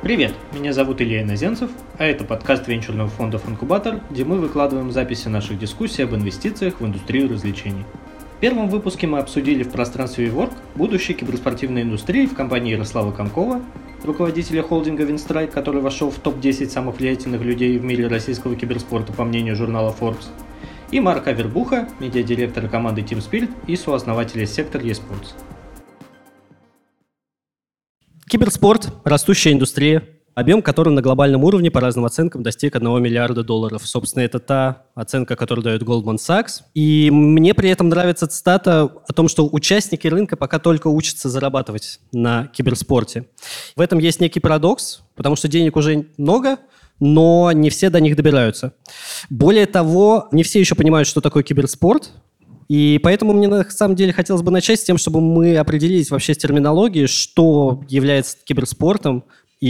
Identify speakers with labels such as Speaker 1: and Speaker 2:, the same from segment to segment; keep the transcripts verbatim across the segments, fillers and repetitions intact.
Speaker 1: Привет, меня зовут Илья Иноземцев, а это подкаст венчурного фонда «Фанкубатор», где мы выкладываем записи наших дискуссий об инвестициях в индустрию развлечений. В первом выпуске мы обсудили в пространстве WeWork будущее киберспортивной индустрии в компании Ярослава Комкова, руководителя холдинга Винстрайк, который вошел в топ десять самых влиятельных людей в мире российского киберспорта по мнению журнала Forbes, и Марка Авербуха, медиадиректора команды Team Spirit и сооснователя Sector eSports.
Speaker 2: Киберспорт – растущая индустрия, объем которой на глобальном уровне по разным оценкам достиг одного миллиарда долларов. Собственно, это та оценка, которую дает Goldman Sachs. И мне при этом нравится цитата о том, что участники рынка пока только учатся зарабатывать на киберспорте. В этом есть некий парадокс, потому что денег уже много, но не все до них добираются. Более того, не все еще понимают, что такое киберспорт. И поэтому мне на самом деле хотелось бы начать с тем, чтобы мы определились вообще с терминологией, что является киберспортом.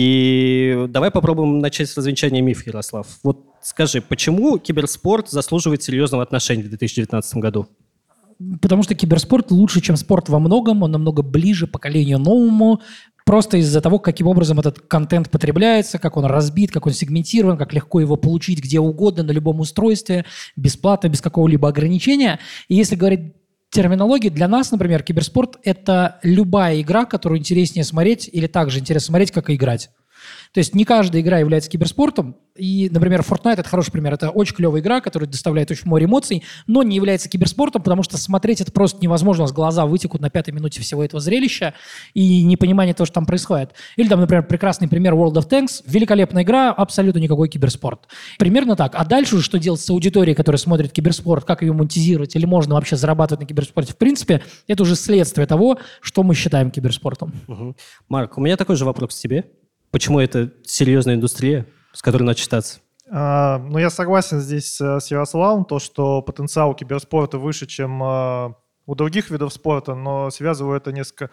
Speaker 2: И давай попробуем начать с развенчания мифа, Ярослав. Вот скажи, почему киберспорт заслуживает серьезного отношения в две тысячи девятнадцатом году?
Speaker 3: Потому что киберспорт лучше, чем спорт во многом, он намного ближе поколению новому, просто из-за того, каким образом этот контент потребляется, как он разбит, как он сегментирован, как легко его получить где угодно, на любом устройстве, бесплатно, без какого-либо ограничения. И если говорить терминологии, для нас, например, киберспорт – это любая игра, которую интереснее смотреть или так же интересно смотреть, как и играть. То есть не каждая игра является киберспортом. И, например, Fortnite – это хороший пример. Это очень клевая игра, которая доставляет очень море эмоций, но не является киберспортом, потому что смотреть это просто невозможно. У нас глаза вытекут на пятой минуте всего этого зрелища и непонимание того, что там происходит. Или, там, например, прекрасный пример World of Tanks. Великолепная игра, абсолютно никакой киберспорт. Примерно так. А дальше уже что делать с аудиторией, которая смотрит киберспорт, как ее монетизировать, или можно вообще зарабатывать на киберспорте? В принципе, это уже следствие того, что мы считаем киберспортом.
Speaker 2: Угу. Марк, у меня такой же вопрос к тебе. Почему это серьезная индустрия, с которой надо считаться?
Speaker 4: А, ну, я согласен здесь с Ярославом, то, что потенциал киберспорта выше, чем а, у других видов спорта, но связываю это несколько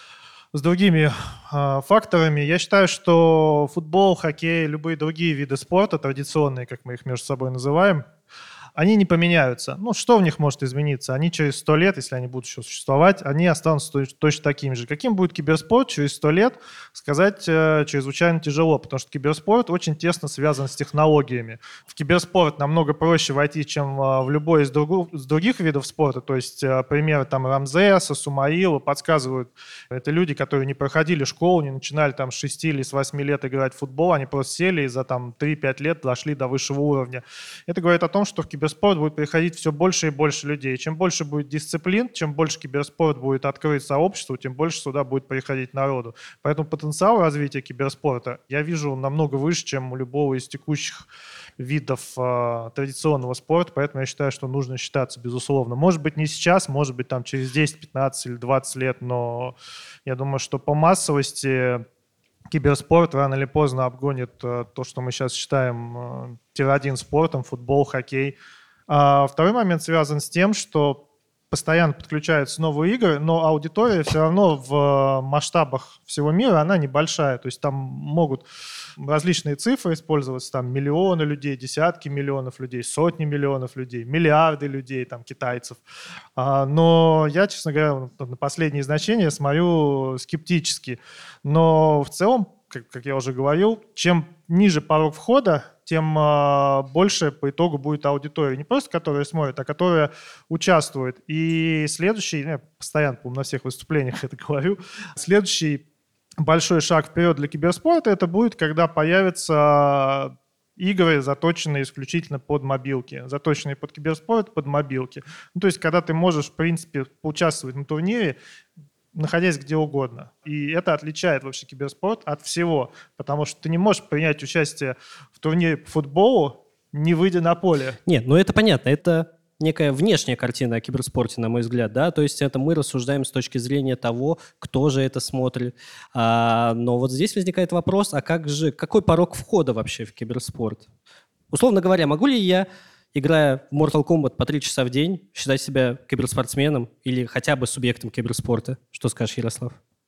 Speaker 4: с другими а, факторами. Я считаю, что футбол, хоккей, любые другие виды спорта, традиционные, как мы их между собой называем, они не поменяются. Ну, что в них может измениться? Они через сто лет, если они будут еще существовать, они останутся точно такими же. Каким будет киберспорт через сто лет, сказать э, чрезвычайно тяжело, потому что киберспорт очень тесно связан с технологиями. В киберспорт намного проще войти, чем э, в любой из, другу, из других видов спорта. То есть э, примеры там Рамзеса, Сумаила подсказывают. Это люди, которые не проходили школу, не начинали там с шести или с восьми лет играть в футбол, они просто сели и за там три-пять лет дошли до высшего уровня. Это говорит о том, что в киберспорт киберспорт будет приходить все больше и больше людей. Чем больше будет дисциплин, чем больше киберспорт будет открыт сообществу, тем больше сюда будет приходить народу. Поэтому потенциал развития киберспорта я вижу намного выше, чем у любого из текущих видов э, традиционного спорта. Поэтому я считаю, что нужно считаться, безусловно. Может быть, не сейчас, может быть, там через десять, пятнадцать или двадцать лет, но я думаю, что по массовости киберспорт рано или поздно обгонит э, то, что мы сейчас считаем э, тир один спортом, футбол, хоккей. А второй момент связан с тем, что постоянно подключаются новые игры, но аудитория все равно в масштабах всего мира, она небольшая. То есть там могут различные цифры использоваться, там миллионы людей, десятки миллионов людей, сотни миллионов людей, миллиарды людей, там китайцев. А, но я, честно говоря, на последние значения смотрю скептически. Но в целом, как, как я уже говорил, чем ниже порог входа, тем э, больше по итогу будет аудитория. Не просто которая смотрит, а которая участвует. И следующий, я постоянно, по-моему, на всех выступлениях это говорю, следующий большой шаг вперед для киберспорта это будет, когда появятся игры, заточенные исключительно под мобилки, заточенные под киберспорт, под мобилки. Ну, то есть, когда ты можешь, в принципе, поучаствовать на турнире, находясь где угодно. И это отличает вообще киберспорт от всего, потому что ты не можешь принять участие в турнире по футболу, не выйдя на поле.
Speaker 2: Нет, ну это понятно, это некая внешняя картина о киберспорте, на мой взгляд, да, то есть это мы рассуждаем с точки зрения того, кто же это смотрит. А, но вот здесь возникает вопрос, а как же, какой порог входа вообще в киберспорт? Условно говоря, могу ли я, играя в Mortal Kombat по три часа в день, считать себя киберспортсменом или хотя бы субъектом киберспорта? Что скажешь, Ярослав?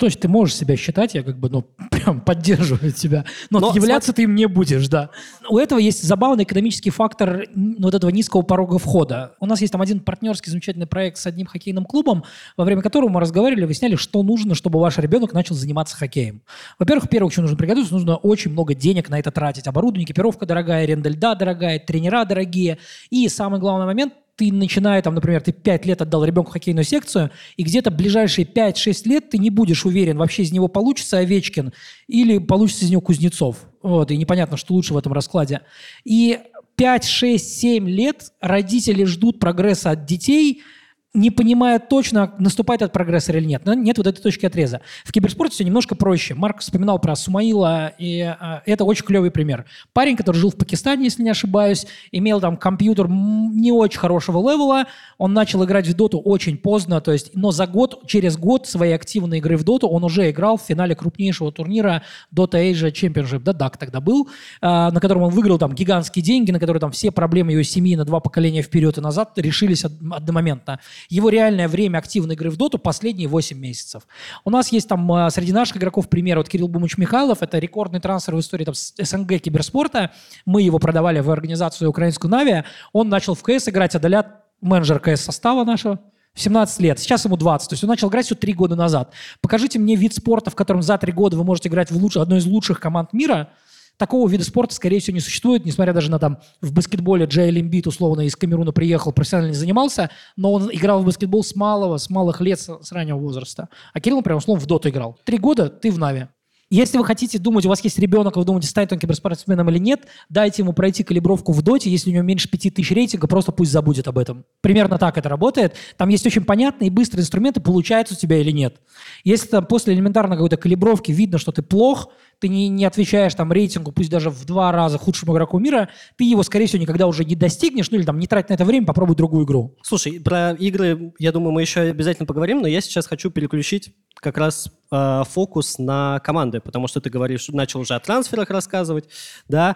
Speaker 3: То есть ты можешь себя считать, я как бы, ну, прям поддерживаю тебя, но, но являться смотри... ты им не будешь, да. У этого есть забавный экономический фактор вот этого низкого порога входа. У нас есть там один партнерский замечательный проект с одним хоккейным клубом, во время которого мы разговаривали, выясняли, что нужно, чтобы ваш ребенок начал заниматься хоккеем. Во-первых, первое, к чему нужно приготовиться, нужно очень много денег на это тратить. Оборудование, экипировка дорогая, аренда льда дорогая, тренера дорогие. И самый главный момент, ты начиная, там, например, ты пять лет отдал ребенку хоккейную секцию, и где-то ближайшие пять-шесть лет ты не будешь уверен, вообще из него получится Овечкин или получится из него Кузнецов. Вот, и непонятно, что лучше в этом раскладе. И пять, шесть, семь лет родители ждут прогресса от детей, не понимая точно, наступает этот прогресс или нет. Но нет вот этой точки отреза. В киберспорте все немножко проще. Марк вспоминал про Сумаила, и а, это очень клевый пример. Парень, который жил в Пакистане, если не ошибаюсь, имел там компьютер не очень хорошего левела, он начал играть в доту очень поздно, то есть, но за год, через год своей активной игры в доту он уже играл в финале крупнейшего турнира Dota Asia Championship, да, дак тогда был, а, на котором он выиграл там гигантские деньги, на которые там все проблемы его семьи на два поколения вперед и назад решились одномоментно. Его реальное время активной игры в доту последние восемь месяцев. У нас есть там а, среди наших игроков пример, вот Кирилл Бумыч-Михайлов, это рекордный трансфер в истории там, СНГ киберспорта. Мы его продавали в организацию украинскую Нави. Он начал в КС играть, Адалят, менеджер КС состава нашего, в семнадцать лет. Сейчас ему двадцать. То есть он начал играть все три года назад. Покажите мне вид спорта, в котором за три года вы можете играть в луч... одной из лучших команд мира. Такого вида спорта, скорее всего, не существует, несмотря даже на там в баскетболе Джоэл Эмбит, условно, из Камеруна приехал, профессионально не занимался, но он играл в баскетбол с малого, с малых лет, с, с раннего возраста. А Кирилл, прям, условно, в доту играл. Три года ты в Нави. Если вы хотите думать, у вас есть ребенок, вы думаете, станет он киберспортсменом или нет, дайте ему пройти калибровку в доте, если у него меньше пяти тысяч рейтинга, просто пусть забудет об этом. Примерно так это работает. Там есть очень понятные и быстрые инструменты, получается у тебя или нет. Если там после элементарной какой-то калибровки видно, что ты плох, ты не, не отвечаешь там рейтингу, пусть даже в два раза худшему игроку мира, ты его, скорее всего, никогда уже не достигнешь, ну или там не трать на это время, попробуй другую игру.
Speaker 2: Слушай, про игры, я думаю, мы еще обязательно поговорим, но я сейчас хочу переключить как раз э, фокус на команды, потому что ты говоришь, начал уже о трансферах рассказывать, да,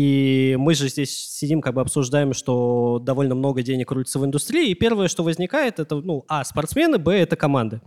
Speaker 2: и мы же здесь сидим, как бы обсуждаем, что довольно много денег крутится в индустрии, и первое, что возникает, это, ну, а, спортсмены, б, это команды.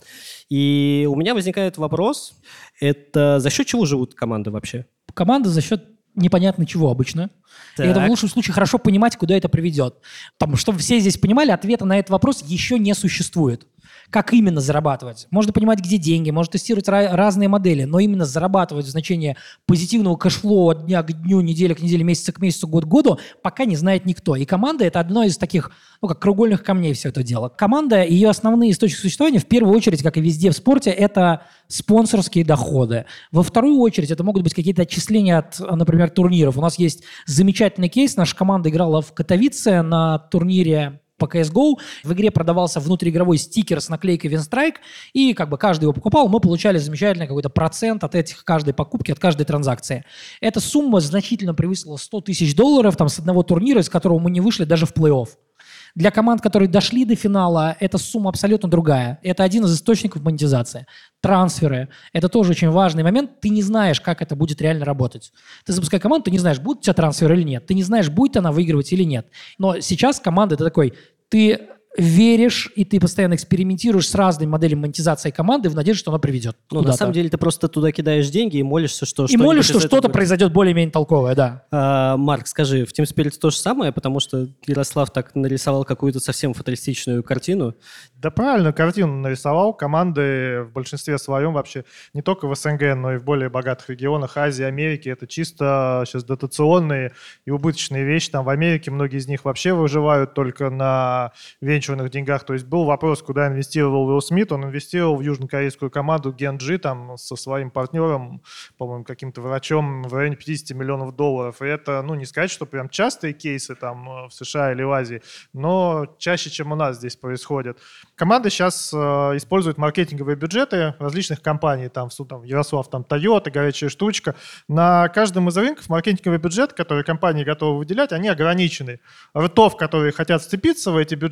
Speaker 2: И у меня возникает вопрос, это за счет чего живут команды вообще?
Speaker 3: Команда за счет непонятно чего обычно. Так. И это в лучшем случае хорошо понимать, куда это приведет. Там, чтобы все здесь понимали, ответа на этот вопрос еще не существует. Как именно зарабатывать? Можно понимать, где деньги, можно тестировать ra- разные модели, но именно зарабатывать в значении позитивного кэшфлоу от дня к дню, недели к неделе, месяца к месяцу, год к году пока не знает никто. И команда – это одно из таких, ну, как краеугольных камней все это дело. Команда, ее основные источники существования, в первую очередь, как и везде в спорте, это спонсорские доходы. Во вторую очередь, это могут быть какие-то отчисления от, например, турниров. У нас есть замечательный кейс. Наша команда играла в Катовице на турнире по си эс го. В игре продавался внутриигровой стикер с наклейкой Винстрайк, и как бы каждый его покупал, мы получали замечательный какой-то процент от этих каждой покупки, от каждой транзакции. Эта сумма значительно превысила сто тысяч долларов там, с одного турнира, из которого мы не вышли даже в плей-офф. Для команд, которые дошли до финала, эта сумма абсолютно другая. Это один из источников монетизации. Трансферы – это тоже очень важный момент. Ты не знаешь, как это будет реально работать. Ты запускаешь команду, ты не знаешь, будет у тебя трансфер или нет. Ты не знаешь, будет она выигрывать или нет. Но сейчас команда – это такой, ты веришь, и ты постоянно экспериментируешь с разными моделями монетизации команды в надежде, что она приведет.
Speaker 2: Ну, на самом деле, ты просто туда кидаешь деньги и молишься, что...
Speaker 3: И молишь, что что-то произойдет более-менее толковое, да.
Speaker 2: А, Марк, скажи, в Team Spirit то же самое, потому что Ярослав так нарисовал какую-то совсем фаталистичную картину.
Speaker 4: Да правильную картину нарисовал. Команды в большинстве своем вообще не только в СНГ, но и в более богатых регионах Азии, Америки. Это чисто сейчас дотационные и убыточные вещи. Там в Америке многие из них вообще выживают только на венчурных деньгах. То есть был вопрос, куда инвестировал Уилл Смит. Он инвестировал в южнокорейскую команду Генджи там со своим партнером, по-моему, каким-то врачом в районе пятьдесят миллионов долларов. И это, ну, не сказать, что прям частые кейсы там в США или в Азии, но чаще, чем у нас здесь происходит. Команды сейчас э, используют маркетинговые бюджеты различных компаний, там, там Ярослав, там, Toyota, горячая штучка. На каждом из рынков маркетинговый бюджет, который компании готовы выделять, они ограничены. Ртов, которые хотят сцепиться в эти бюджеты,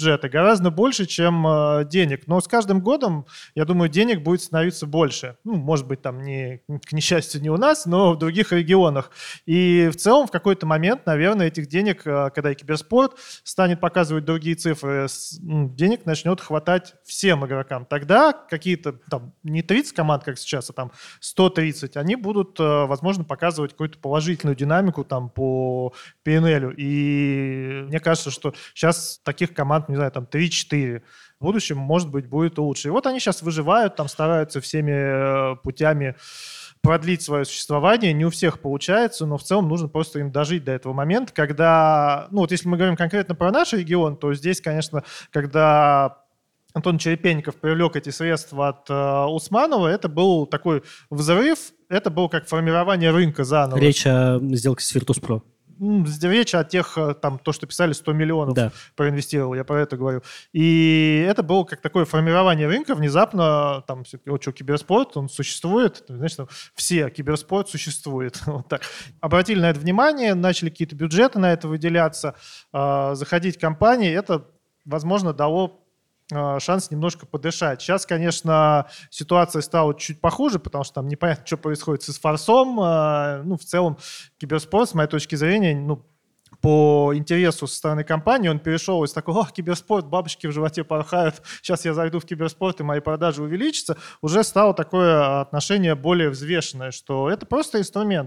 Speaker 4: гораздо больше, чем э, денег. Но с каждым годом, я думаю, денег будет становиться больше. Ну, может быть, там, не, к несчастью, не у нас, но в других регионах. И в целом в какой-то момент, наверное, этих денег, э, когда и киберспорт станет показывать другие цифры, с, ну, денег начнет хватать всем игрокам. Тогда какие-то, там, не тридцать команд, как сейчас, а там сто тридцать, они будут, э, возможно, показывать какую-то положительную динамику там по пи эн эл. И мне кажется, что сейчас таких команд, не знаю, там три-четыре. В будущем, может быть, будет лучше. И вот они сейчас выживают, там стараются всеми путями продлить свое существование. Не у всех получается, но в целом нужно просто им дожить до этого момента, когда... Ну вот если мы говорим конкретно про наш регион, то здесь, конечно, когда Антон Черепенников привлек эти средства от э, Усманова, это был такой взрыв, это было как формирование рынка заново.
Speaker 2: Речь о сделке с Virtus.pro.
Speaker 4: Речь о тех, там, то, что писали, сто миллионов
Speaker 2: да.
Speaker 4: проинвестировал, я про это говорю. И это было как такое формирование рынка, внезапно, там, о, что, киберспорт, он существует, значит, там, все, киберспорт существует. Вот так. Обратили на это внимание, начали какие-то бюджеты на это выделяться, э, заходить компании, это, возможно, дало шанс немножко подышать. Сейчас, конечно, ситуация стала чуть похуже, потому что там непонятно, что происходит с форсом. Ну, в целом, киберспорт, с моей точки зрения, ну, по интересу со стороны компании, он перешел из такого: «О, киберспорт, бабочки в животе порхают, сейчас я зайду в киберспорт, и мои продажи увеличатся», уже стало такое отношение более взвешенное, что это просто инструмент,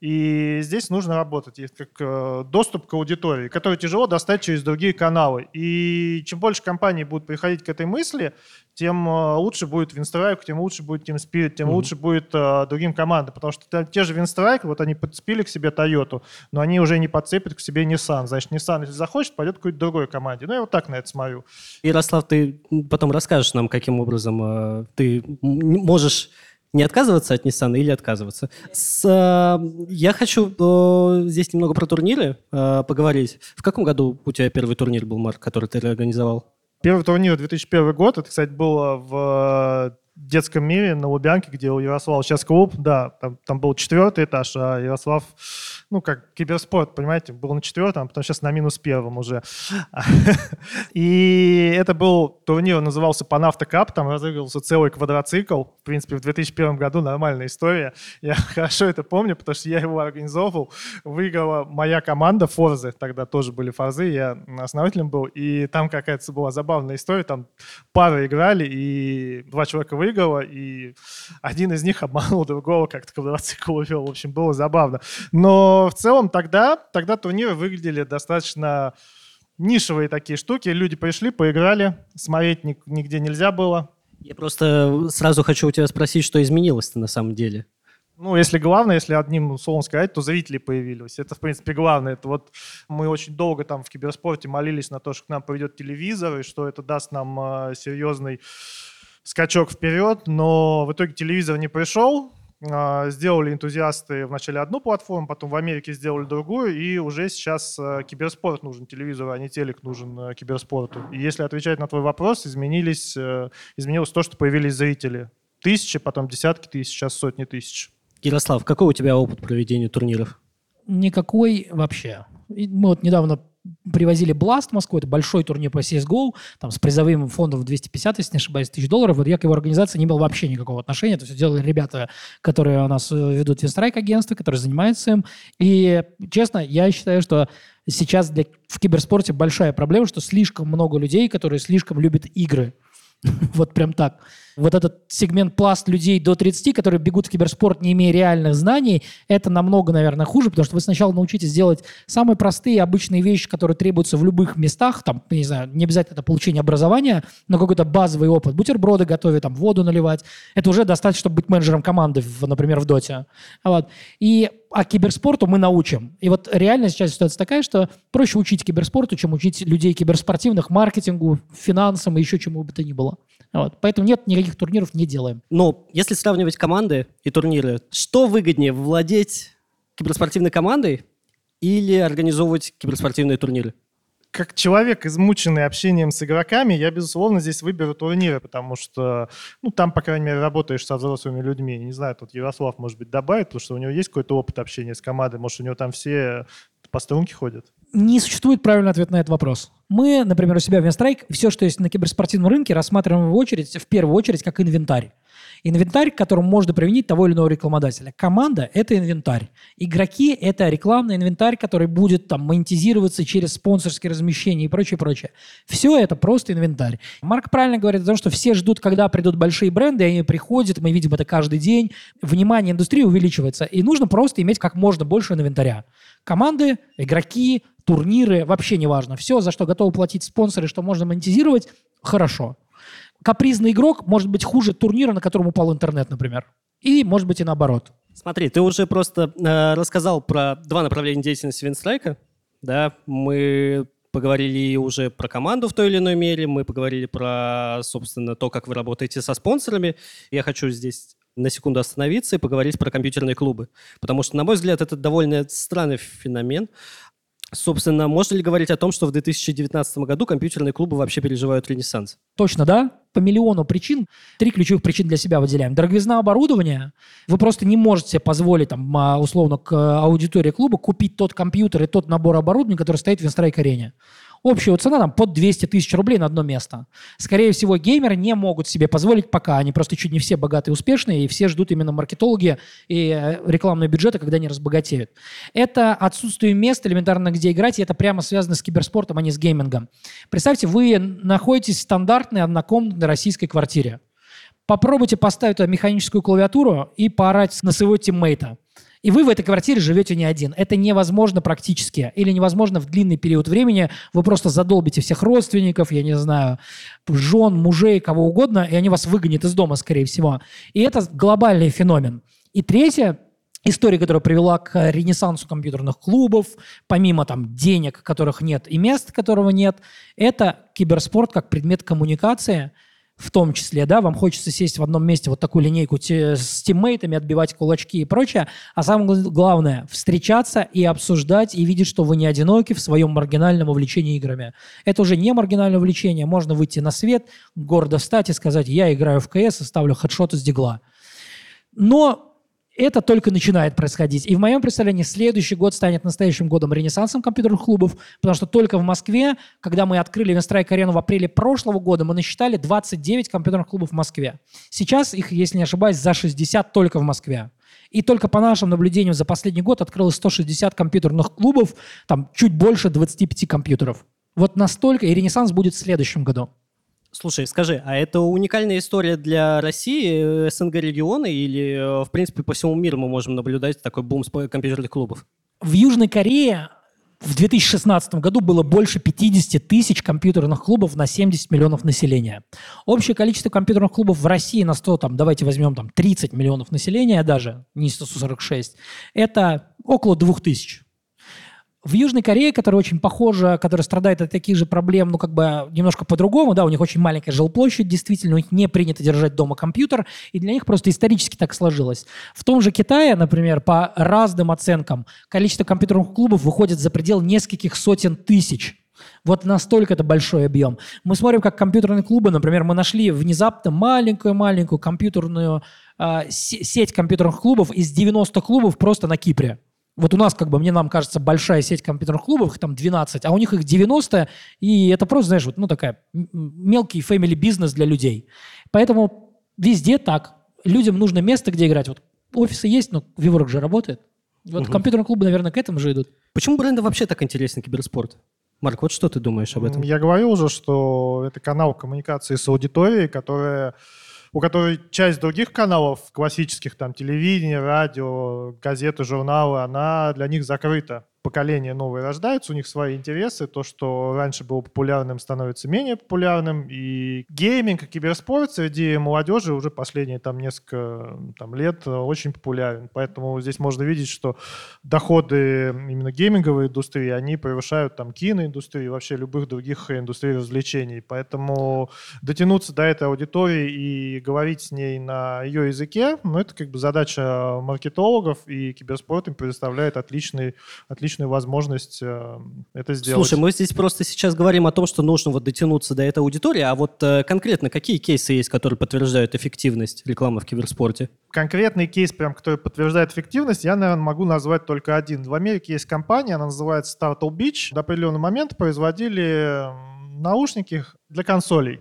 Speaker 4: и здесь нужно работать. Есть как доступ к аудитории, который тяжело достать через другие каналы. И чем больше компаний будут приходить к этой мысли, тем лучше будет Windstrike, тем лучше будет Team Spirit, тем mm-hmm. лучше будет uh, другим командам. Потому что те же Windstrike, вот они подцепили к себе Toyota, но они уже не подцепят к себе Nissan. Значит, Nissan, если захочет, пойдет к какой-то другой команде. Ну, я вот так на это смотрю.
Speaker 2: Ярослав, ты потом расскажешь нам, каким образом э, ты можешь не отказываться от Nissan или отказываться. С, э, я хочу э, здесь немного про турниры э, поговорить. В каком году у тебя первый турнир был, Марк, который ты организовал?
Speaker 4: Первый турнир две тысячи первый год, это, кстати, было в детском мире на Лубянке, где у Ярослава сейчас клуб, да, там, там был четвертый этаж, а Ярослав, ну, как киберспорт, понимаете, был на четвертом, а потом сейчас на минус первом уже. И это был турнир, назывался Panavta Cup, там разыгрывался целый квадроцикл, в принципе, в две тысячи первом году нормальная история, я хорошо это помню, потому что я его организовывал, выиграла моя команда Форзы, тогда тоже были Форзы, я основателем был, и там какая-то была забавная история, там пары играли, и два человека выиграло, и один из них обманул другого, как-то квадроцикл увел. В общем, было забавно. Но в целом тогда, тогда турниры выглядели достаточно нишевые такие штуки. Люди пришли, поиграли, смотреть нигде нельзя было.
Speaker 2: Я просто сразу хочу у тебя спросить, что изменилось-то на самом деле?
Speaker 4: Ну, если главное, если одним словом сказать, то зрители появились. Это, в принципе, главное. Это вот мы очень долго там в киберспорте молились на то, что к нам поведет телевизор, и что это даст нам э, серьезный скачок вперед, но в итоге телевизор не пришел. Сделали энтузиасты вначале одну платформу, потом в Америке сделали другую, и уже сейчас киберспорт нужен телевизору, а не телек нужен киберспорту. И если отвечать на твой вопрос, изменились, изменилось то, что появились зрители. Тысячи, потом десятки тысяч, сейчас сотни тысяч.
Speaker 2: Ярослав, какой у тебя опыт проведения турниров?
Speaker 3: Никакой вообще. Мы вот недавно привозили Blast в Москву, это большой турнир по си эс го, там с призовым фондом в двести пятьдесят, если не ошибаюсь, тысяч долларов. Вот я к его организации не имел вообще никакого отношения. Это все делали ребята, которые у нас ведут Windstrike агентство, которые занимаются им. И, честно, я считаю, что сейчас для, в киберспорте большая проблема, что слишком много людей, которые слишком любят игры. Вот прям так. Вот этот сегмент пласт людей до тридцати, которые бегут в киберспорт, не имея реальных знаний, это намного, наверное, хуже, потому что вы сначала научитесь делать самые простые, обычные вещи, которые требуются в любых местах, там, не знаю, не обязательно это получение образования, но какой-то базовый опыт. Бутерброды готовить, там, воду наливать. Это уже достаточно, чтобы быть менеджером команды, в, например, в Доте. Вот. И а киберспорту мы научим. И вот реально сейчас ситуация такая, что проще учить киберспорту, чем учить людей киберспортивных, маркетингу, финансам и еще чему бы то ни было. Вот. Поэтому нет, никаких турниров не делаем.
Speaker 2: Но если сравнивать команды и турниры, что выгоднее, владеть киберспортивной командой или организовывать киберспортивные турниры?
Speaker 4: Как человек, измученный общением с игроками, я, безусловно, здесь выберу турниры, потому что, ну, там, по крайней мере, работаешь со взрослыми людьми. Не знаю, тут Ярослав, может быть, добавит, потому что у него есть какой-то опыт общения с командой, может, у него там все по струнке ходят.
Speaker 3: Не существует правильного ответа на этот вопрос. Мы, например, у себя в Винстрайк все, что есть на киберспортивном рынке, рассматриваем в, очередь, в первую очередь как инвентарь. Инвентарь, к которому можно применить того или иного рекламодателя. Команда – это инвентарь. Игроки – это рекламный инвентарь, который будет там монетизироваться через спонсорские размещения и прочее, прочее. Все это просто инвентарь. Марк правильно говорит о том, что все ждут, когда придут большие бренды, и они приходят, мы видим это каждый день. Внимание индустрии увеличивается, и нужно просто иметь как можно больше инвентаря. Команды, игроки, турниры, вообще не важно. Все, за что готовы платить спонсоры, что можно монетизировать – хорошо. Капризный игрок может быть хуже турнира, на котором упал интернет, например. И, может быть, и наоборот.
Speaker 2: Смотри, ты уже просто э, рассказал про два направления деятельности Винстрайка. Да? Мы поговорили уже про команду в той или иной мере, мы поговорили про, собственно, то, как вы работаете со спонсорами. Я хочу здесь на секунду остановиться и поговорить про компьютерные клубы. Потому что, на мой взгляд, это довольно странный феномен. Собственно, можно ли говорить о том, что в две тысячи девятнадцатом году компьютерные клубы вообще переживают ренессанс?
Speaker 3: Точно, да. По миллиону причин. Три ключевых причин для себя выделяем. Дороговизна оборудования. Вы просто не можете себе позволить, там, условно, к аудитории клуба купить тот компьютер и тот набор оборудования, который стоит в Винстрайк-арене. Общая цена там под двести тысяч рублей на одно место. Скорее всего, геймеры не могут себе позволить пока. Они просто чуть не все богатые и успешные, и все ждут именно маркетологи и рекламные бюджеты, когда они разбогатеют. Это отсутствие мест элементарно, где играть, и это прямо связано с киберспортом, а не с геймингом. Представьте, вы находитесь в стандартной однокомнатной российской квартире. Попробуйте поставить туда механическую клавиатуру и поорать на своего тиммейта. И вы в этой квартире живете не один. Это невозможно практически. Или невозможно в длинный период времени. Вы просто задолбите всех родственников, я не знаю, жен, мужей, кого угодно, и они вас выгонят из дома, скорее всего. И это глобальный феномен. И третье, история, которая привела к ренессансу компьютерных клубов, помимо там денег, которых нет, и мест, которого нет, это киберспорт как предмет коммуникации. В том числе, да, вам хочется сесть в одном месте, вот такую линейку те, с тиммейтами, отбивать кулачки и прочее. А самое главное – встречаться и обсуждать, и видеть, что вы не одиноки в своем маргинальном увлечении играми. Это уже не маргинальное увлечение. Можно выйти на свет, гордо встать и сказать: я играю в КС и ставлю хедшоты с дигла. Но это только начинает происходить. И в моем представлении следующий год станет настоящим годом ренессансом компьютерных клубов, потому что только в Москве, когда мы открыли Винстрайк-арену в апреле прошлого года, мы насчитали двадцать девять компьютерных клубов в Москве. Сейчас их, если не ошибаюсь, за шестьдесят только в Москве. И только по нашим наблюдениям за последний год открылось сто шестьдесят компьютерных клубов, там чуть больше двадцати пяти компьютеров. Вот настолько, и ренессанс будет в следующем году.
Speaker 2: Слушай, скажи, а это уникальная история для России, СНГ региона, или, в принципе, по всему миру мы можем наблюдать такой бум компьютерных клубов?
Speaker 3: В Южной Корее в две тысячи шестнадцатом году было больше пятидесяти тысяч компьютерных клубов на семьдесят миллионов населения. Общее количество компьютерных клубов в России на сто, там, давайте возьмем там, тридцать миллионов населения даже, не сто сорок шесть, это около двух тысяч. В Южной Корее, которая очень похожа, которая страдает от таких же проблем, ну, как бы немножко по-другому, да, у них очень маленькая жилплощадь, действительно, у них не принято держать дома компьютер, и для них просто исторически так сложилось. В том же Китае, например, по разным оценкам, количество компьютерных клубов выходит за предел нескольких сотен тысяч. Вот настолько это большой объем. Мы смотрим, как компьютерные клубы, например, мы нашли внезапно маленькую-маленькую компьютерную э, сеть компьютерных клубов из девяноста клубов просто на Кипре. Вот у нас, как бы, мне нам кажется, большая сеть компьютерных клубов, их там двенадцать, а у них их девяносто, и это просто, знаешь, вот, ну, такая мелкий family бизнес для людей. Поэтому везде так. Людям нужно место, где играть. Вот офисы есть, но Виворк же работает. Вот угу. Компьютерные клубы, наверное, к этому же идут.
Speaker 2: Почему бренду вообще так интересен киберспорт? Марк, вот что ты думаешь об этом?
Speaker 4: Я говорил уже, что это канал коммуникации с аудиторией, которая... у которой часть других каналов, классических, там, телевидения, радио, газеты, журналы, она для них закрыта. Поколения новые рождаются, у них свои интересы. То, что раньше было популярным, становится менее популярным. И гейминг, и киберспорт среди молодежи уже последние там, несколько там, лет очень популярен. Поэтому здесь можно видеть, что доходы именно гейминговой индустрии, они превышают там, киноиндустрию и вообще любых других индустрий развлечений. Поэтому дотянуться до этой аудитории и говорить с ней на ее языке, ну, это как бы задача маркетологов, и киберспорт им предоставляет отличный, отличный отличную возможность э, это сделать.
Speaker 2: Слушай, мы здесь просто сейчас говорим о том, что нужно вот дотянуться до этой аудитории, а вот э, конкретно какие кейсы есть, которые подтверждают эффективность рекламы в киберспорте?
Speaker 4: Конкретный кейс, прям, который подтверждает эффективность, я, наверное, могу назвать только один. В Америке есть компания, она называется Turtle Beach. До определенного момента производили наушники для консолей.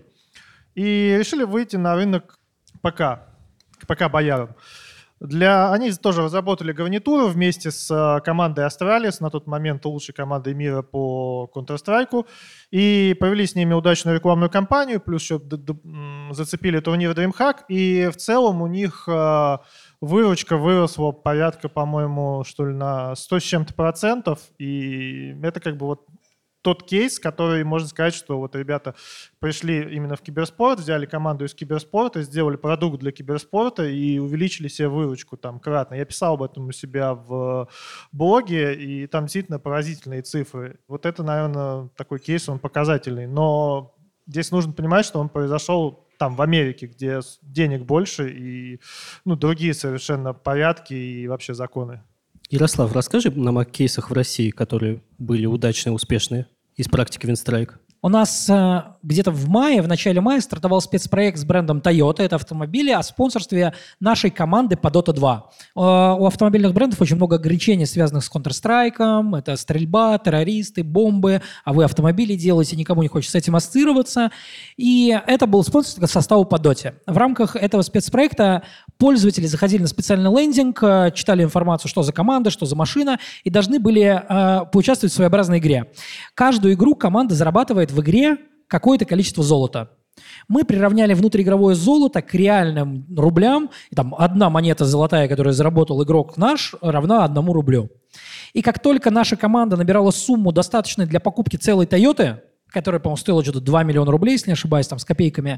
Speaker 4: И решили выйти на рынок ПК, ПК-боярам. Для... Они тоже разработали гарнитуру вместе с командой Astralis, на тот момент лучшей командой мира по Counter-Strike, и провели с ними удачную рекламную кампанию, плюс еще зацепили турнир DreamHack, и в целом у них выручка выросла порядка, по-моему, что ли, на сто с чем-то процентов, и это как бы вот тот кейс, который, можно сказать, что вот ребята пришли именно в киберспорт, взяли команду из киберспорта, сделали продукт для киберспорта и увеличили себе выручку там кратно. Я писал об этом у себя в блоге, и там действительно поразительные цифры. Вот это, наверное, такой кейс, он показательный. Но здесь нужно понимать, что он произошел там, в Америке, где денег больше и ну, другие совершенно порядки и вообще законы.
Speaker 2: Ярослав, расскажи нам о кейсах в России, которые были удачные, успешные из практики Винстрайк.
Speaker 3: У нас э, где-то в мае, в начале мая стартовал спецпроект с брендом Toyota, это автомобили, о спонсорстве нашей команды по Дота два. Э, у автомобильных брендов очень много ограничений, связанных с Counter-Strike, это стрельба, террористы, бомбы, а вы автомобили делаете, никому не хочется с этим ассоциироваться. И это был спонсор к составу по Доте. В рамках этого спецпроекта пользователи заходили на специальный лендинг, э, читали информацию, что за команда, что за машина, и должны были э, поучаствовать в своеобразной игре. Каждую игру команда зарабатывает в игре какое-то количество золота. Мы приравняли внутриигровое золото к реальным рублям. И там одна монета золотая, которую заработал игрок наш, равна одному рублю. И как только наша команда набирала сумму, достаточную для покупки целой Toyota, которая, по-моему, стоила что-то два миллиона рублей, если не ошибаюсь, там, с копейками,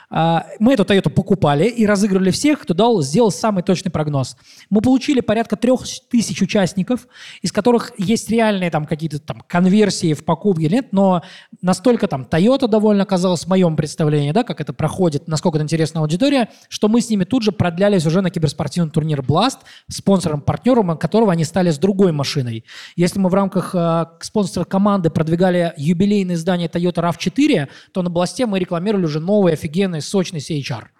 Speaker 3: мы эту Toyota покупали и разыгрывали всех, кто дал, сделал самый точный прогноз. Мы получили порядка трех тысяч участников, из которых есть реальные там какие-то там конверсии в покупке или нет, но настолько там Toyota довольно оказалась в моем представлении, да, как это проходит, насколько это интересная аудитория, что мы с ними тут же продлялись уже на киберспортивный турнир Blast, спонсором, партнером которого они стали с другой машиной. Если мы в рамках э, спонсора команды продвигали юбилейное издание Toyota рав четыре, то на Blast'е мы рекламировали уже новый, офигенный, сочный си эйч ар.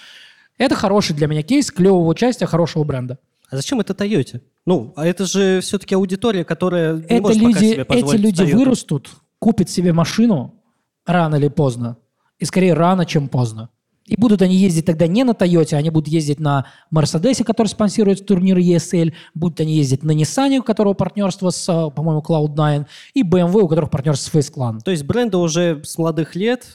Speaker 3: Это хороший для меня кейс клевого участия, хорошего бренда.
Speaker 2: А зачем это Toyota? Ну, а это же все-таки аудитория, которая не
Speaker 3: это
Speaker 2: может
Speaker 3: люди,
Speaker 2: пока себе позволить
Speaker 3: эти люди
Speaker 2: Toyota.
Speaker 3: вырастут, купят себе машину рано или поздно. И скорее рано, чем поздно. И будут они ездить тогда не на Toyota, они будут ездить на Мерседесе, который спонсирует турнир и эс эль, будут они ездить на Nissan, у которого партнерство с, по-моему, клауд найн, и бэ эм вэ, у которых партнерство с Face Clan.
Speaker 2: То есть бренды уже с молодых лет...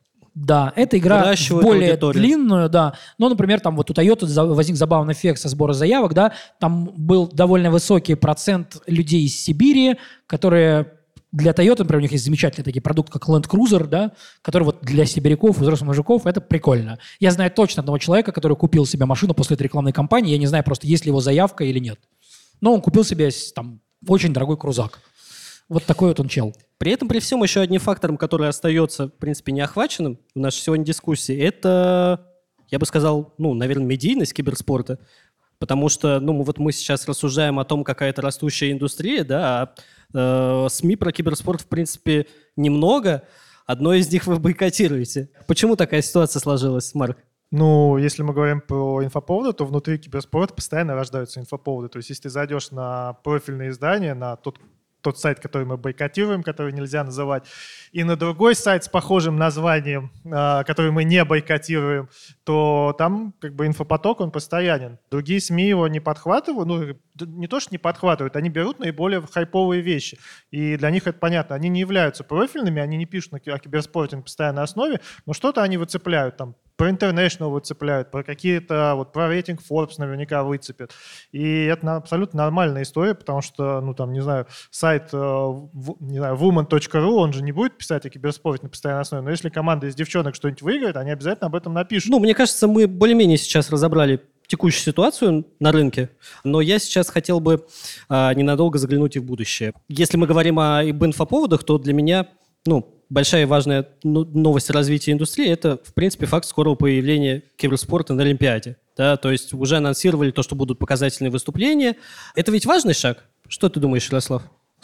Speaker 3: Да, эта игра более
Speaker 2: аудиторию.
Speaker 3: длинную, да. Но, например, там вот у Toyota возник забавный эффект со сбора заявок, да. Там был довольно высокий процент людей из Сибири, которые... Для Toyota, например, у них есть замечательный такой продукт, как Land Cruiser, да, который вот для сибиряков, взрослых мужиков, это прикольно. Я знаю точно одного человека, который купил себе машину после этой рекламной кампании. Я не знаю просто, есть ли его заявка или нет. Но он купил себе там очень дорогой крузак. Вот такой вот он чел.
Speaker 2: При этом, при всем, еще одним фактором, который остается, в принципе, неохваченным в нашей сегодня дискуссии, это, я бы сказал, ну, наверное, медийность киберспорта. Потому что, ну, вот мы сейчас рассуждаем о том, какая это растущая индустрия, да, а э, СМИ про киберспорт, в принципе, немного. Одно из них вы бойкотируете. Почему такая ситуация сложилась, Марк?
Speaker 4: Ну, если мы говорим про инфоповоды, то внутри киберспорта постоянно рождаются инфоповоды. То есть, если ты зайдешь на профильное издание, на тот тот сайт, который мы бойкотируем, который нельзя называть, и на другой сайт с похожим названием, который мы не бойкотируем, то там как бы инфопоток, он постоянен. Другие СМИ его не подхватывают, ну, не то, что не подхватывают, они берут наиболее хайповые вещи. И для них это понятно. Они не являются профильными, они не пишут о киберспорте на постоянной основе, но что-то они выцепляют там. Про International выцепляют, про какие-то, вот про рейтинг Forbes наверняка выцепят. И это абсолютно нормальная история, потому что, ну там, не знаю, сайт, не знаю, woman точка ру, он же не будет писать о киберспорте на постоянной основе, но если команда из девчонок что-нибудь выиграет, они обязательно об этом напишут.
Speaker 2: Ну, мне кажется, мы более-менее сейчас разобрали текущую ситуацию на рынке, но я сейчас хотел бы а, ненадолго заглянуть и в будущее. Если мы говорим о об инфоповодах, то для меня, ну, большая и важная новость развития индустрии – это, в принципе, факт скорого появления киберспорта на Олимпиаде. Да, то есть уже анонсировали то, что будут показательные выступления. Это ведь важный шаг? Что ты думаешь, Ярослав?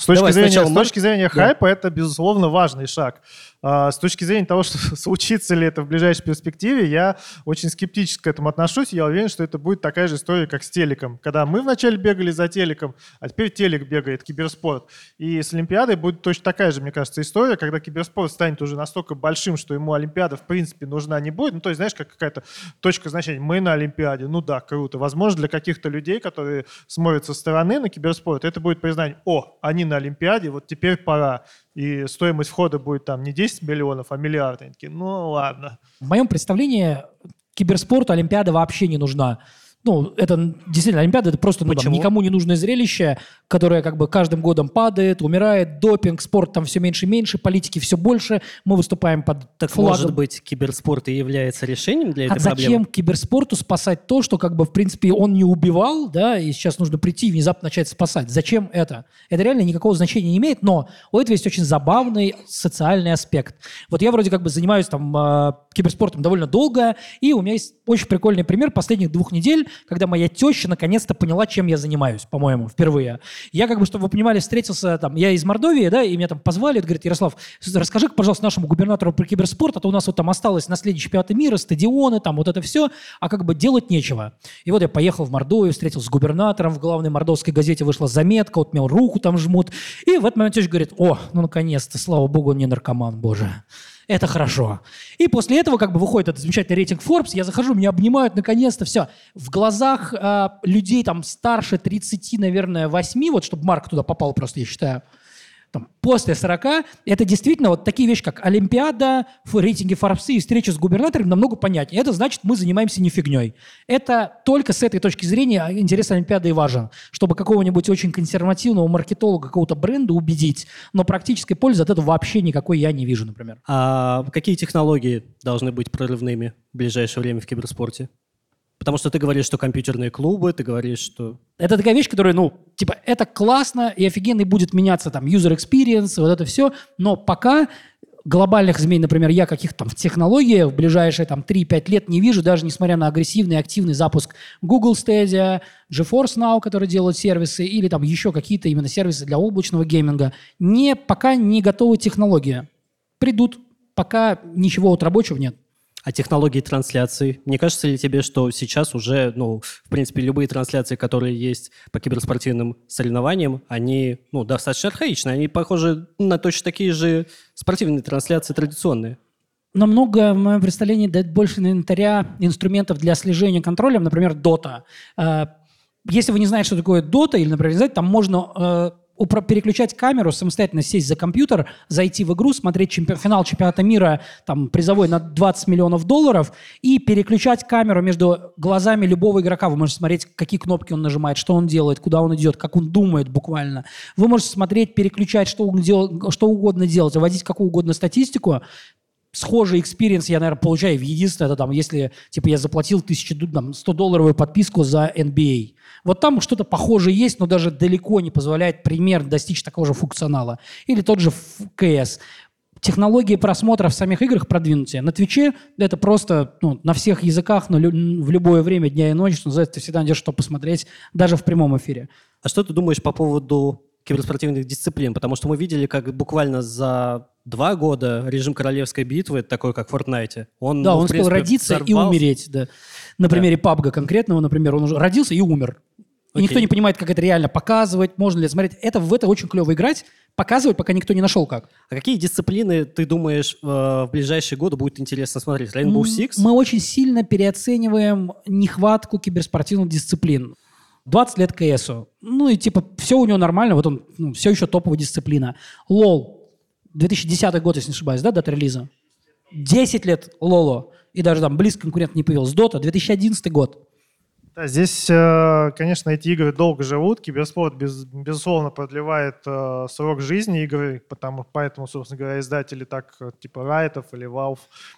Speaker 4: С точки,
Speaker 2: Давай
Speaker 4: зрения,
Speaker 2: сначала
Speaker 4: с
Speaker 2: Марк.
Speaker 4: точки зрения
Speaker 2: Да.
Speaker 4: хайпа это, безусловно, важный шаг. А, с точки зрения того, что случится ли это в ближайшей перспективе, я очень скептически к этому отношусь. Я уверен, что это будет такая же история, как с телеком. Когда мы вначале бегали за телеком, а теперь телек бегает, киберспорт. И с Олимпиадой будет точно такая же, мне кажется, история, когда киберспорт станет уже настолько большим, что ему Олимпиада, в принципе, нужна не будет. Ну, то есть, знаешь, как какая-то точка значения. Мы на Олимпиаде, ну да, круто. Возможно, для каких-то людей, которые смотрят со стороны на киберспорт, это будет признание: о, они на Олимпиаде, вот теперь пора. И стоимость входа будет там не десять миллионов, а миллиард. Они такие, ну ладно.
Speaker 3: В моем представлении киберспорту Олимпиада вообще не нужна. Ну, это действительно, Олимпиада — это просто ну, там,
Speaker 2: Почему?
Speaker 3: никому не нужное зрелище, которое как бы каждым годом падает, умирает, допинг, спорт там все меньше и меньше, политики все больше, мы выступаем под
Speaker 2: Так
Speaker 3: флагом.
Speaker 2: может быть, киберспорт и является решением для
Speaker 3: А
Speaker 2: этой
Speaker 3: зачем
Speaker 2: проблемы?
Speaker 3: киберспорту спасать то, что как бы в принципе он не убивал, да, и сейчас нужно прийти и внезапно начать спасать? Зачем это? Это реально никакого значения не имеет, но у этого есть очень забавный социальный аспект. Вот я вроде как бы занимаюсь там э, киберспортом довольно долго, и у меня есть очень прикольный пример последних двух недель, когда моя теща наконец-то поняла, чем я занимаюсь, по-моему, впервые. Я как бы, чтобы вы понимали, встретился там, я из Мордовии, да, и меня там позвали, говорит: Ярослав, расскажи, пожалуйста, нашему губернатору про киберспорт, а то у нас вот там осталось наследие чемпионата мира, стадионы, там вот это все, а как бы делать нечего. И вот я поехал в Мордовию, встретился с губернатором, в главной мордовской газете вышла заметка, вот мне руку там жмут, и в этот момент теща говорит: о, ну наконец-то, слава богу, он не наркоман, боже. Это хорошо. И после этого как бы выходит этот замечательный рейтинг Forbes, я захожу, меня обнимают, наконец-то, все. В глазах э, людей там старше тридцати, наверное, восьми, вот чтобы Марк туда попал просто, я считаю, там, после сорока, это действительно вот такие вещи, как Олимпиада, в рейтинге Forbes и встреча с губернатором намного понятнее. Это значит, мы занимаемся не фигней. Это только с этой точки зрения интерес Олимпиады и важен. Чтобы какого-нибудь очень консервативного маркетолога, какого-то бренда убедить, но практической пользы от этого вообще никакой я не вижу, например.
Speaker 2: А какие технологии должны быть прорывными в ближайшее время в киберспорте? Потому что ты говоришь, что компьютерные клубы, ты говоришь, что...
Speaker 3: Это такая вещь, которая, ну, типа, это классно и офигенно, и будет меняться там user experience, вот это все, но пока глобальных изменений, например, я каких-то там в технологиях в ближайшие там три-пять лет не вижу, даже несмотря на агрессивный активный запуск Google Stadia, GeForce Now, который делают сервисы, или там еще какие-то именно сервисы для облачного гейминга. Не, пока не готовы технологии. Придут, пока ничего вот рабочего нет.
Speaker 2: А технологии трансляций? Не кажется ли тебе, что сейчас уже, ну, в принципе, любые трансляции, которые есть по киберспортивным соревнованиям, они, ну, достаточно архаичны, они похожи на точно такие же спортивные трансляции традиционные?
Speaker 3: Намного, в моем представлении, дает больше инвентаря, инструментов для слежения контролем, например, Dota. Если вы не знаете, что такое Dota, или, например, не знаете, там можно переключать камеру, самостоятельно сесть за компьютер, зайти в игру, смотреть чемпи- финал чемпионата мира, там, призовой на двадцать миллионов долларов, и переключать камеру между глазами любого игрока. Вы можете смотреть, какие кнопки он нажимает, что он делает, куда он идет, как он думает буквально. Вы можете смотреть, переключать, что, он дел- что угодно делать, вводить какую угодно статистику. Схожий экспириенс я, наверное, получаю в единственное, это там, если типа я заплатил тысячу, там, сто долларовую подписку за эн би эй. Вот там что-то похожее есть, но даже далеко не позволяет примерно достичь такого же функционала. Или тот же КС. Технологии просмотра в самих играх продвинутые. На Твиче это просто ну, на всех языках, но лю- в любое время дня и ночи, что называется, ты всегда найдешь что посмотреть, даже в прямом эфире.
Speaker 2: А что ты думаешь по поводу киберспортивных дисциплин? Потому что мы видели, как буквально за два года режим королевской битвы, такой как в Fortnite, он,
Speaker 3: Да,
Speaker 2: ну,
Speaker 3: он
Speaker 2: в
Speaker 3: успел
Speaker 2: принципе,
Speaker 3: родиться и
Speaker 2: взорвался.
Speaker 3: умереть. Да. На примере пабга конкретного, например, он уже родился и умер. И
Speaker 2: Окей.
Speaker 3: никто не понимает, как это реально показывать, можно ли смотреть. Это, в это очень клево играть, показывать, пока никто не нашел как.
Speaker 2: А какие дисциплины, ты думаешь, э, в ближайшие годы будет интересно смотреть? Rainbow Six?
Speaker 3: Мы очень сильно переоцениваем нехватку киберспортивных дисциплин. двадцать лет КСу. Ну и типа все у него нормально, вот он ну, все еще топовая дисциплина. лол. две тысячи десятый год, если не ошибаюсь, да, дата релиза? десять лет лоло. И даже там близко конкурент не появился. Дота, две тысячи одиннадцатый год.
Speaker 4: Да, здесь, э, конечно, эти игры долго живут. Киберспорт, без, безусловно, продлевает э, срок жизни игры, потому, поэтому, собственно говоря, издатели так, э, типа Riot или Valve,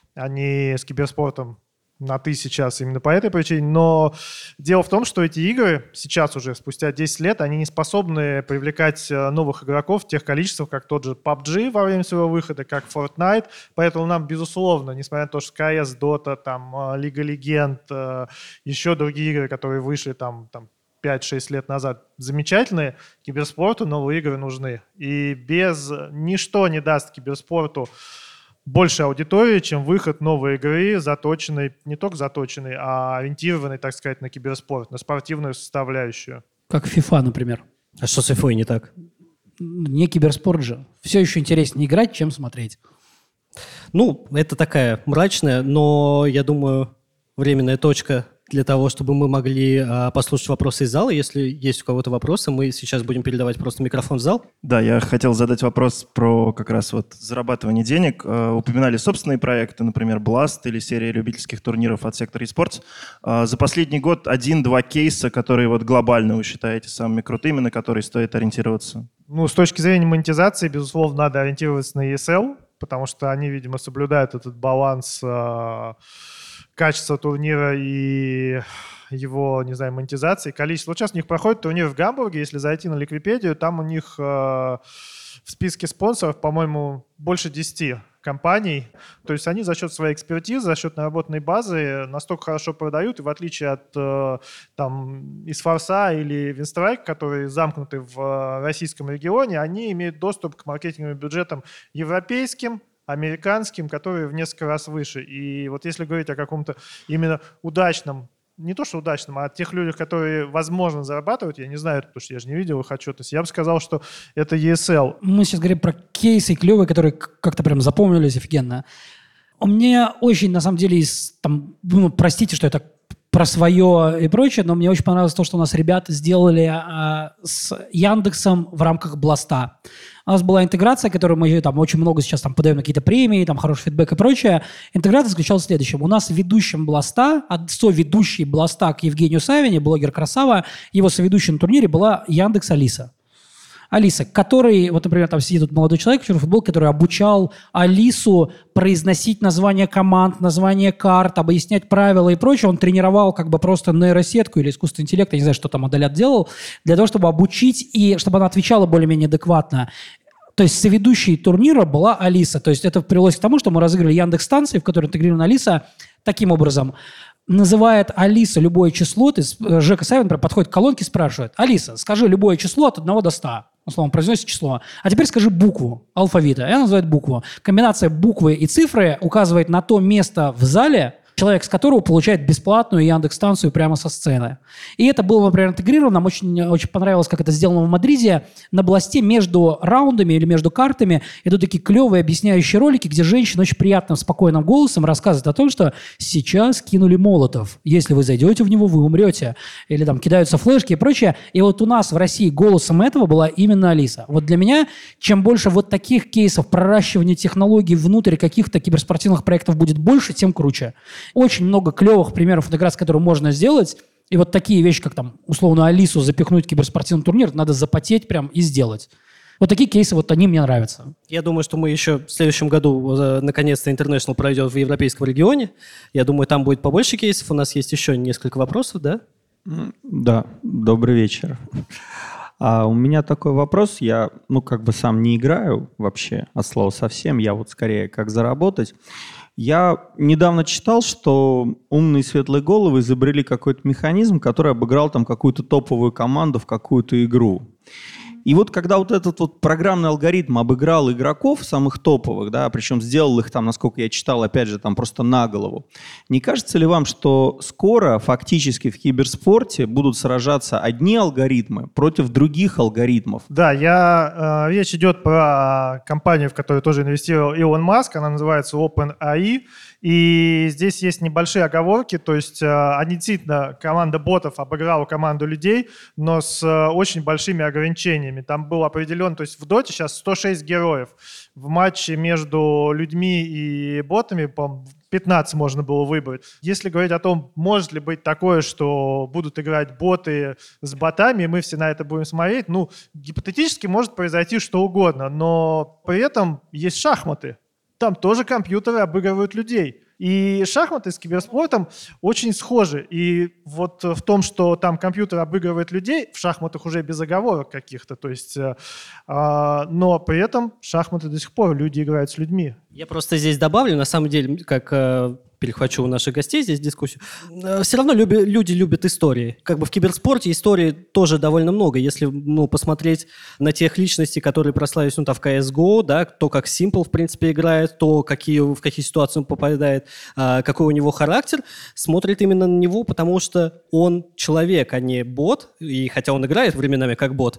Speaker 4: они с киберспортом на «ты» сейчас именно по этой причине. Но дело в том, что эти игры сейчас уже, спустя десять лет, они не способны привлекать э, новых игроков в тех количествах, как тот же пабг во время своего выхода, как Fortnite. Поэтому нам, безусловно, несмотря на то, что КС, Dota, там, э, Лига Легенд, э, еще другие игры, которые вышли там, там пять-шесть лет назад замечательные, киберспорту новые игры нужны. И без ничто не даст киберспорту больше аудитории, чем выход новой игры, заточенной, не только заточенной, а ориентированной, так сказать, на киберспорт, на спортивную составляющую.
Speaker 3: Как FIFA, например.
Speaker 2: А что с эф ай не так?
Speaker 3: Не киберспорт же. Все еще интереснее играть, чем смотреть.
Speaker 2: Ну, это такая мрачная, но, я думаю, временная точка для того, чтобы мы могли а, послушать вопросы из зала. Если есть у кого-то вопросы, мы сейчас будем передавать просто микрофон в зал.
Speaker 5: Да, я хотел задать вопрос про как раз вот зарабатывание денег. Э, упоминали собственные проекты, например, Blast или серия любительских турниров от Sector eSports. Э, за последний год один-два кейса, которые вот глобально вы считаете самыми крутыми, на которые стоит ориентироваться?
Speaker 4: Ну, с точки зрения монетизации, безусловно, надо ориентироваться на и эс эл, потому что они, видимо, соблюдают этот баланс э, качества турнира и его, не знаю, монетизации, количество. Вот сейчас у них проходит турнир в Гамбурге, если зайти на Ликвипедию, там у них э, в списке спонсоров, по-моему, больше десяти компаний. То есть они за счет своей экспертизы, за счет наработанной базы настолько хорошо продают, и в отличие от э, там, Исфорса или Винстрайк, которые замкнуты в э, российском регионе, они имеют доступ к маркетинговым бюджетам европейским, американским, которые в несколько раз выше. И вот если говорить о каком-то именно удачном, не то что удачном, а о тех людях, которые, возможно, зарабатывают, я не знаю, потому что я же не видел их отчетность, я бы сказал, что это и эс эл.
Speaker 3: Мы сейчас говорим про кейсы клевые, которые как-то прям запомнились офигенно. У меня очень, на самом деле, из, там, ну, простите, что это про свое и прочее, но мне очень понравилось то, что у нас ребята сделали а, с Яндексом в рамках Бласта. У нас была интеграция, которую мы там очень много сейчас там подаем на какие-то премии, там хороший фидбэк и прочее. Интеграция заключалась в следующем. У нас ведущим Бласта, а соведущий Бласта к Евгению Савине, блогер Красава, его соведущей на турнире была Яндекс Алиса. Алиса, который, вот, например, там сидит тут молодой человек в футбол, который обучал Алису произносить названия команд, названия карт, объяснять правила и прочее. Он тренировал как бы просто нейросетку или искусственный интеллект, я не знаю, что там Адалят делал, для того, чтобы обучить и чтобы она отвечала более-менее адекватно. То есть соведущей турнира была Алиса. То есть это привелось к тому, что мы разыграли Яндекс-станции, в которой интегрирована Алиса таким образом. Называет Алиса любое число, то есть Жека Савин подходит к колонке и спрашивает: Алиса, скажи любое число от одного до ста. Условно, произносит число. А теперь скажи букву алфавита. И она называет букву. Комбинация буквы и цифры указывает на то место в зале, человек с которого получает бесплатную Яндекс-станцию прямо со сцены. И это было, например, интегрировано. Нам очень, очень понравилось, как это сделано в Мадриде. На Бласте между раундами или между картами идут такие клевые объясняющие ролики, где женщина очень приятным, спокойным голосом рассказывает о том, что сейчас кинули молотов. Если вы зайдете в него, вы умрете. Или там кидаются флешки и прочее. И вот у нас в России голосом этого была именно Алиса. Вот для меня, чем больше вот таких кейсов проращивания технологий внутрь каких-то киберспортивных проектов будет больше, тем круче. Очень много клевых примеров интеграции, которые можно сделать. И вот такие вещи, как там, условно, Алису запихнуть в киберспортивный турнир, надо запотеть прям и сделать. Вот такие кейсы, вот они мне нравятся.
Speaker 2: Я думаю, что мы еще в следующем году, э, наконец-то, International пройдет в европейском регионе. Я думаю, там будет побольше кейсов. У нас есть еще несколько вопросов, да?
Speaker 6: Да, добрый вечер. А у меня такой вопрос. Я, ну, как бы сам не играю вообще, от слова совсем. Я вот скорее как заработать. Я недавно читал, что умные светлые головы изобрели какой-то механизм, который обыграл там какую-то топовую команду в какую-то игру. И вот когда вот этот вот программный алгоритм обыграл игроков, самых топовых, да, причем сделал их там, насколько я читал, опять же, там просто на голову, не кажется ли вам, что скоро фактически в киберспорте будут сражаться одни алгоритмы против других алгоритмов?
Speaker 4: Да, я, э, речь идет про компанию, в которую тоже инвестировал Илон Маск, она называется OpenAI. И здесь есть небольшие оговорки, то есть э, они действительно, команда ботов обыграла команду людей, но с э, очень большими ограничениями. Там был определен, то есть в доте сейчас сто шесть героев. В матче между людьми и ботами, по-моему, пятнадцать можно было выбрать. Если говорить о том, может ли быть такое, что будут играть боты с ботами, и мы все на это будем смотреть, ну, гипотетически может произойти что угодно, но при этом есть шахматы. Там тоже компьютеры обыгрывают людей. И шахматы с киберспортом очень схожи. И вот в том, что там компьютер обыгрывает людей, в шахматах уже без оговорок каких-то. То есть, э, э, но при этом шахматы до сих пор люди играют с людьми.
Speaker 2: Я просто здесь добавлю, на самом деле, как э, перехвачу у наших гостей здесь дискуссию. Все равно люби, люди любят истории. Как бы в киберспорте истории тоже довольно много. Если ну, посмотреть на тех личностей, которые прославились ну, там, в си эс го, да, то, как Simple, в принципе, играет, то, какие, в какие ситуации он попадает, а, какой у него характер, смотрит именно на него, потому что он человек, а не бот. И хотя он играет временами как бот,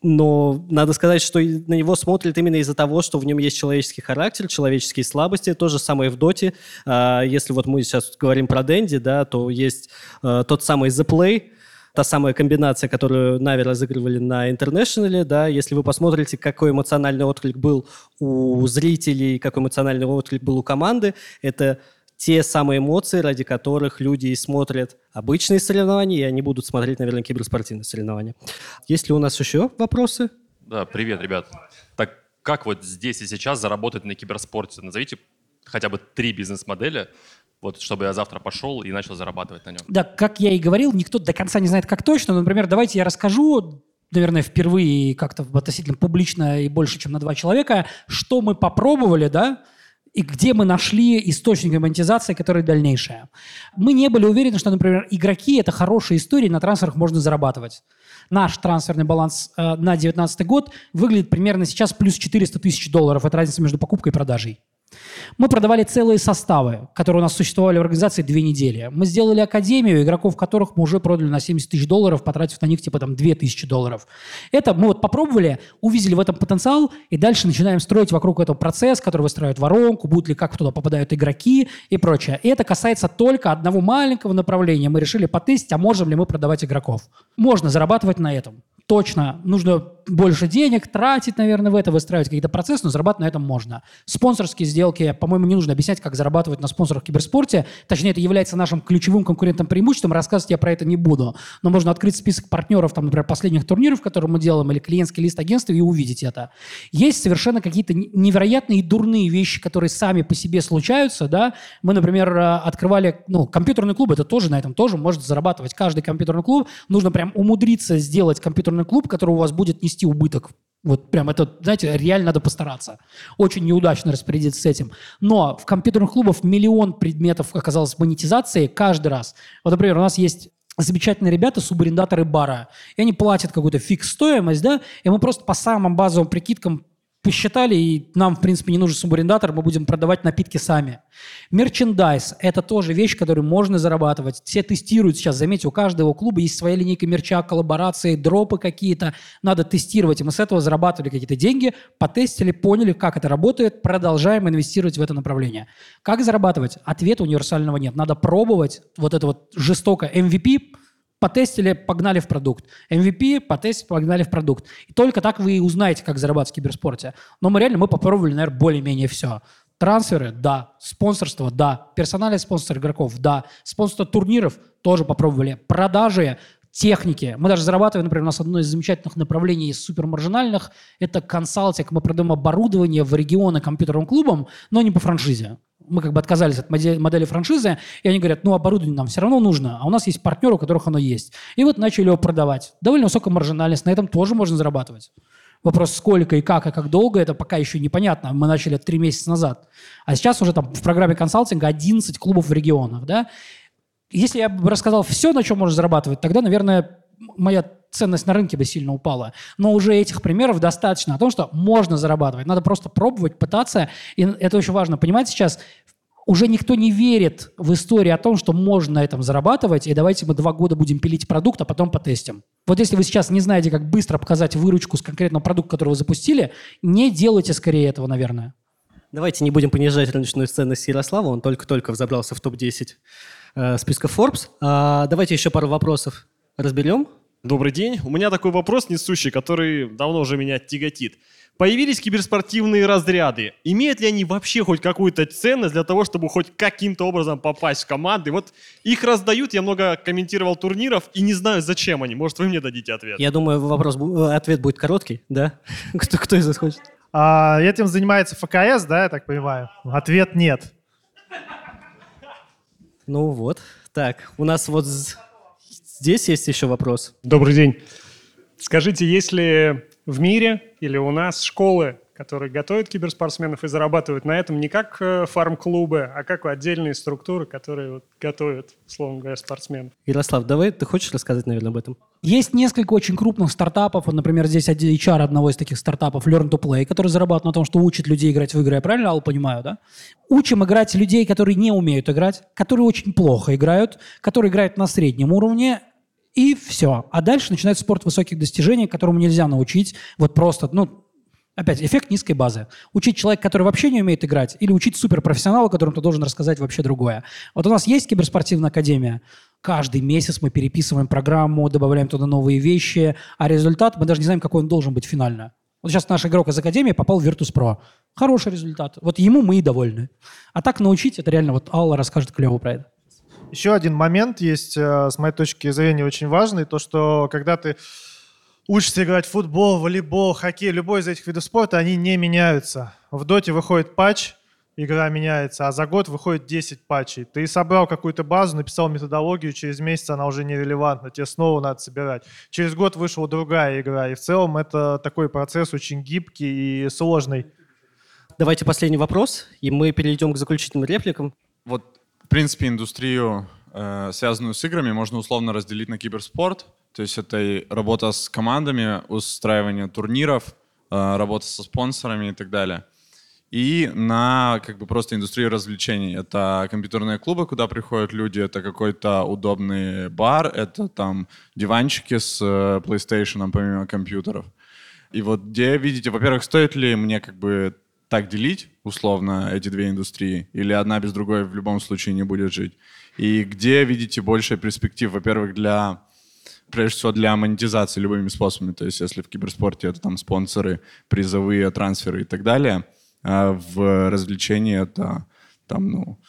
Speaker 2: но надо сказать, что на него смотрят именно из-за того, что в нем есть человеческий характер, человеческие слабости. То же самое в доте. А, если вот мы сейчас говорим про Дэнди, да, то есть а, тот самый The Play, та самая комбинация, которую Нави разыгрывали на Интернешнале, да, если вы посмотрите, какой эмоциональный отклик был у зрителей, какой эмоциональный отклик был у команды, это те самые эмоции, ради которых люди смотрят обычные соревнования, и они будут смотреть, наверное, киберспортивные соревнования. Есть ли у нас еще вопросы?
Speaker 7: Да, привет, ребят. Так как вот здесь и сейчас заработать на киберспорте? Назовите хотя бы три бизнес-модели, вот, чтобы я завтра пошел и начал зарабатывать на нем.
Speaker 3: Да, как я и говорил, никто до конца не знает, как точно. Но, например, давайте я расскажу, наверное, впервые как-то относительно публично и больше, чем на два человека, что мы попробовали, да, и где мы нашли источник монетизации, который дальнейшая. Мы не были уверены, что, например, игроки – это хорошая история, на трансферах можно зарабатывать. Наш трансферный баланс э, на две тысячи девятнадцатый год выглядит примерно сейчас плюс четыреста тысяч долларов. Это разница между покупкой и продажей. Мы продавали целые составы, которые у нас существовали в организации две недели. Мы сделали академию, игроков которых мы уже продали на семьдесят тысяч долларов, потратив на них типа там две тысячи долларов. Это мы вот попробовали, увидели в этом потенциал, и дальше начинаем строить вокруг этого процесс, который выстраивает воронку, будут ли как туда попадают игроки и прочее. И это касается только одного маленького направления. Мы решили потестить, а можем ли мы продавать игроков. Можно зарабатывать на этом. Точно, нужно больше денег тратить, наверное, в это, выстраивать какие-то процессы, но зарабатывать на этом можно. Спонсорские сделки, по-моему, не нужно объяснять, как зарабатывать на спонсорах в киберспорте. Точнее, это является нашим ключевым конкурентным преимуществом. Рассказывать я про это не буду. Но можно открыть список партнеров, там, например, последних турниров, которые мы делаем, или клиентский лист агентства, и увидеть это. Есть совершенно какие-то невероятные и дурные вещи, которые сами по себе случаются. Да? Мы, например, открывали ну, компьютерный клуб, это тоже на этом тоже может зарабатывать. Каждый компьютерный клуб нужно прям умудриться сделать компьютерный клуб, который у вас будет нести убыток. Вот прям это, знаете, реально надо постараться. Очень неудачно распорядиться с этим. Но в компьютерных клубах миллион предметов оказалось монетизацией каждый раз. Вот, например, у нас есть замечательные ребята, субарендаторы бара. И они платят какую-то фикс-стоимость, да, и мы просто по самым базовым прикидкам посчитали, и нам, в принципе, не нужен субарендатор, мы будем продавать напитки сами. Мерчендайз – это тоже вещь, которую можно зарабатывать. Все тестируют сейчас, заметьте, у каждого клуба есть своя линейка мерча, коллаборации, дропы какие-то. Надо тестировать, и мы с этого зарабатывали какие-то деньги, потестили, поняли, как это работает, продолжаем инвестировать в это направление. Как зарабатывать? Ответа универсального нет. Надо пробовать вот это вот жестоко эм ви пи, потестили, погнали в продукт. эм ви пи, потестили, погнали в продукт. И только так вы и узнаете, как зарабатывать в киберспорте. Но мы реально, мы попробовали, наверное, более-менее все. Трансферы – да. Спонсорство – да. Персональный спонсор игроков – да. Спонсорство турниров – тоже попробовали. Продажи, техники. Мы даже зарабатываем, например, у нас одно из замечательных направлений супермаржинальных – это консалтинг. Мы продаем оборудование в регионы компьютерным клубам, но не по франшизе. Мы как бы отказались от модели, модели франшизы, и они говорят, ну, оборудование нам все равно нужно, а у нас есть партнеры, у которых оно есть. И вот начали его продавать. Довольно высокая маржинальность, на этом тоже можно зарабатывать. Вопрос, сколько и как, и как долго, это пока еще непонятно. Мы начали три месяца назад. А сейчас уже там в программе консалтинга одиннадцать клубов в регионах. Да? Если я бы рассказал все, на чем можно зарабатывать, тогда, наверное, моя ценность на рынке бы сильно упала. Но уже этих примеров достаточно о том, что можно зарабатывать. Надо просто пробовать, пытаться. И это очень важно понимать сейчас. Уже никто не верит в историю о том, что можно на этом зарабатывать, и давайте мы два года будем пилить продукт, а потом потестим. Вот если вы сейчас не знаете, как быстро показать выручку с конкретного продукта, который вы запустили, не делайте скорее этого, наверное.
Speaker 2: Давайте не будем понижать рыночную ценность Ярослава, он только-только взобрался в топ десять э, списка Forbes. А, давайте еще пару вопросов разберем.
Speaker 8: Добрый день. У меня такой вопрос несущий, который давно уже меня тяготит. Появились киберспортивные разряды. Имеют ли они вообще хоть какую-то ценность для того, чтобы хоть каким-то образом попасть в команды? Вот их раздают, я много комментировал турниров и не знаю, зачем они. Может, вы мне дадите ответ?
Speaker 2: Я думаю, вопрос, ответ будет короткий, да? Кто, кто из вас хочет?
Speaker 4: А, этим занимается эф ка эс, да, я так понимаю? Ответ нет.
Speaker 2: Ну вот. Так, у нас вот здесь есть еще вопрос.
Speaker 9: Добрый день. Скажите, есть ли в мире или у нас школы, которые готовят киберспортсменов и зарабатывают на этом не как фарм-клубы, а как отдельные структуры, которые вот готовят, условно говоря, спортсменов.
Speaker 2: Ярослав, давай, ты хочешь рассказать, наверное, об этом?
Speaker 3: Есть несколько очень крупных стартапов. Вот, например, здесь эйч ар одного из таких стартапов Learn to Play, который зарабатывает на том, что учит людей играть в игры. Я правильно, Алла, понимаю, да? Учим играть людей, которые не умеют играть, которые очень плохо играют, которые играют на среднем уровне, и все. А дальше начинается спорт высоких достижений, которому нельзя научить вот просто, ну, опять, эффект низкой базы. Учить человека, который вообще не умеет играть, или учить суперпрофессионала, которому ты должен рассказать вообще другое. Вот у нас есть киберспортивная академия. Каждый месяц мы переписываем программу, добавляем туда новые вещи, а результат, мы даже не знаем, какой он должен быть финально. Вот сейчас наш игрок из академии попал в Virtus.pro. Хороший результат. Вот ему мы и довольны. А так научить, это реально, вот Алла расскажет клево про это.
Speaker 4: Еще один момент есть, с моей точки зрения, очень важный. То, что когда ты учишься играть в футбол, волейбол, хоккей, любой из этих видов спорта, они не меняются. В доте выходит патч, игра меняется, а за год выходит десять патчей. Ты собрал какую-то базу, написал методологию, через месяц она уже нерелевантна, тебе снова надо собирать. Через год вышла другая игра, и в целом это такой процесс очень гибкий и сложный.
Speaker 2: Давайте последний вопрос, и мы перейдем к заключительным репликам.
Speaker 10: Вот, в принципе, индустрию, э, связанную с играми, можно условно разделить на киберспорт. То есть это и работа с командами, устраивание турниров, э, работа со спонсорами и так далее. И на как бы просто индустрию развлечений. Это компьютерные клубы, куда приходят люди, это какой-то удобный бар, это там диванчики с э, PlayStation помимо компьютеров. И вот где видите, во-первых, стоит ли мне как бы так делить условно эти две индустрии, или одна без другой в любом случае не будет жить? И где видите больше перспектив, во-первых, для... прежде всего для монетизации любыми способами. То есть если в киберспорте это там спонсоры, призовые, трансферы и так далее, а в развлечении это там, ну,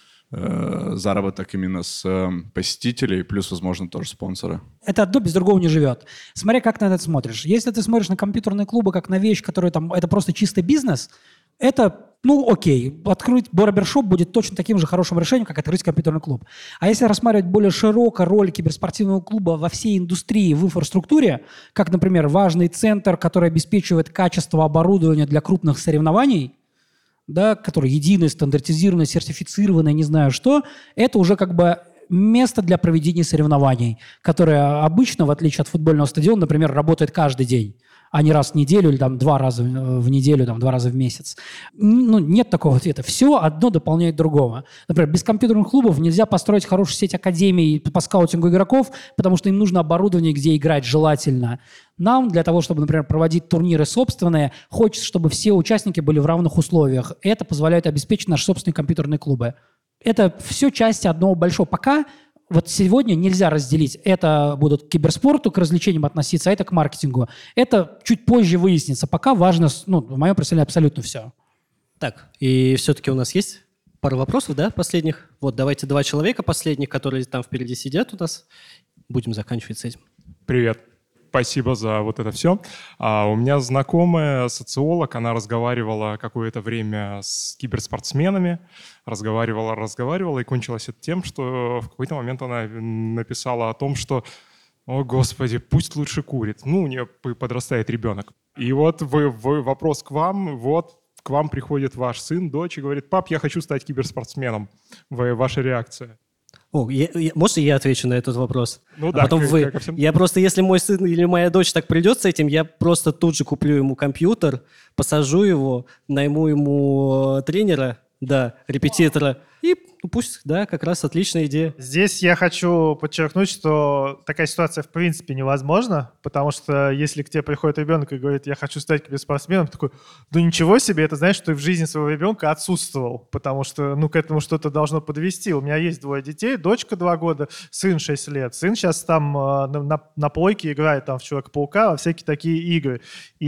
Speaker 10: э, заработок именно с э, посетителей, плюс, возможно, тоже спонсоры.
Speaker 3: Это одно без другого не живет. Смотри, как на это смотришь. Если ты смотришь на компьютерные клубы как на вещь, которая там, это просто чистый бизнес, это, ну, окей, открыть барбершоп будет точно таким же хорошим решением, как открыть компьютерный клуб. А если рассматривать более широко роль киберспортивного клуба во всей индустрии, в инфраструктуре, как, например, важный центр, который обеспечивает качество оборудования для крупных соревнований, да, который единый, стандартизированный, сертифицированный, не знаю что, это уже как бы место для проведения соревнований, которое обычно, в отличие от футбольного стадиона, например, работает каждый день, а не раз в неделю или там два раза в неделю, там, два раза в месяц. Ну, нет такого ответа. Все одно дополняет другого. Например, без компьютерных клубов нельзя построить хорошую сеть академий по скаутингу игроков, потому что им нужно оборудование, где играть желательно. Нам, для того, чтобы, например, проводить турниры собственные, хочется, чтобы все участники были в равных условиях. Это позволяет обеспечить наши собственные компьютерные клубы. Это все части одного большого. Пока вот сегодня нельзя разделить. Это будут к киберспорту, к развлечениям относиться, а это к маркетингу. Это чуть позже выяснится. Пока важно, ну, в моем представлении, абсолютно все.
Speaker 2: Так, и все-таки у нас есть пара вопросов, да, последних? Вот, давайте два человека последних, которые там впереди сидят у нас. Будем заканчивать с этим.
Speaker 11: Привет. Спасибо за вот это все. А, у меня знакомая социолог, она разговаривала какое-то время с киберспортсменами, разговаривала, разговаривала, и кончилось это тем, что в какой-то момент она написала о том, что, о господи, пусть лучше курит. Ну, у нее подрастает ребенок. И вот вы, вы, вопрос к вам, вот к вам приходит ваш сын, дочь, и говорит: пап, я хочу стать киберспортсменом. Вы, ваша реакция?
Speaker 2: О, я, я, можно я отвечу на этот вопрос?
Speaker 11: Ну
Speaker 2: а
Speaker 11: да,
Speaker 2: потом
Speaker 11: как,
Speaker 2: вы.
Speaker 11: Как всем...
Speaker 2: Я просто, если мой сын или моя дочь так придет с этим, я просто тут же куплю ему компьютер, посажу его, найму ему тренера, да, репетитора, и ну, пусть, да, как раз отличная идея.
Speaker 4: Здесь я хочу подчеркнуть, что такая ситуация в принципе невозможна, потому что если к тебе приходит ребенок и говорит: я хочу стать киберспортсменом, ты такой: ну ничего себе, это значит, что ты в жизни своего ребенка отсутствовал, потому что, ну, к этому что-то должно подвести. У меня есть двое детей, дочка два года, сын шесть лет. Сын сейчас там э, на, на, на плойке играет там в Человека-паука, во всякие такие игры.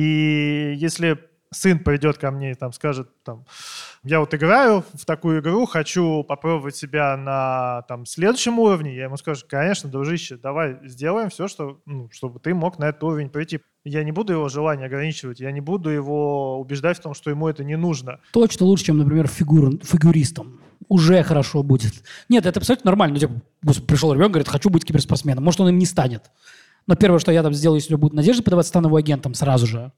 Speaker 4: И если сын придет ко мне и там скажет, там, я вот играю в такую игру, хочу попробовать себя на там, следующем уровне, я ему скажу: конечно, дружище, давай сделаем все, что, ну, чтобы ты мог на этот уровень прийти. Я не буду его желание ограничивать, я не буду его убеждать в том, что ему это не нужно.
Speaker 3: Точно лучше, чем, например, фигур, фигуристом. Уже хорошо будет. Нет, это абсолютно нормально. Ну, типа, господи, пришел ребенок, говорит: хочу быть киберспортсменом. Может, он им не станет. Но первое, что я там сделаю, если будет Надежда подавать, стану его агентом сразу же.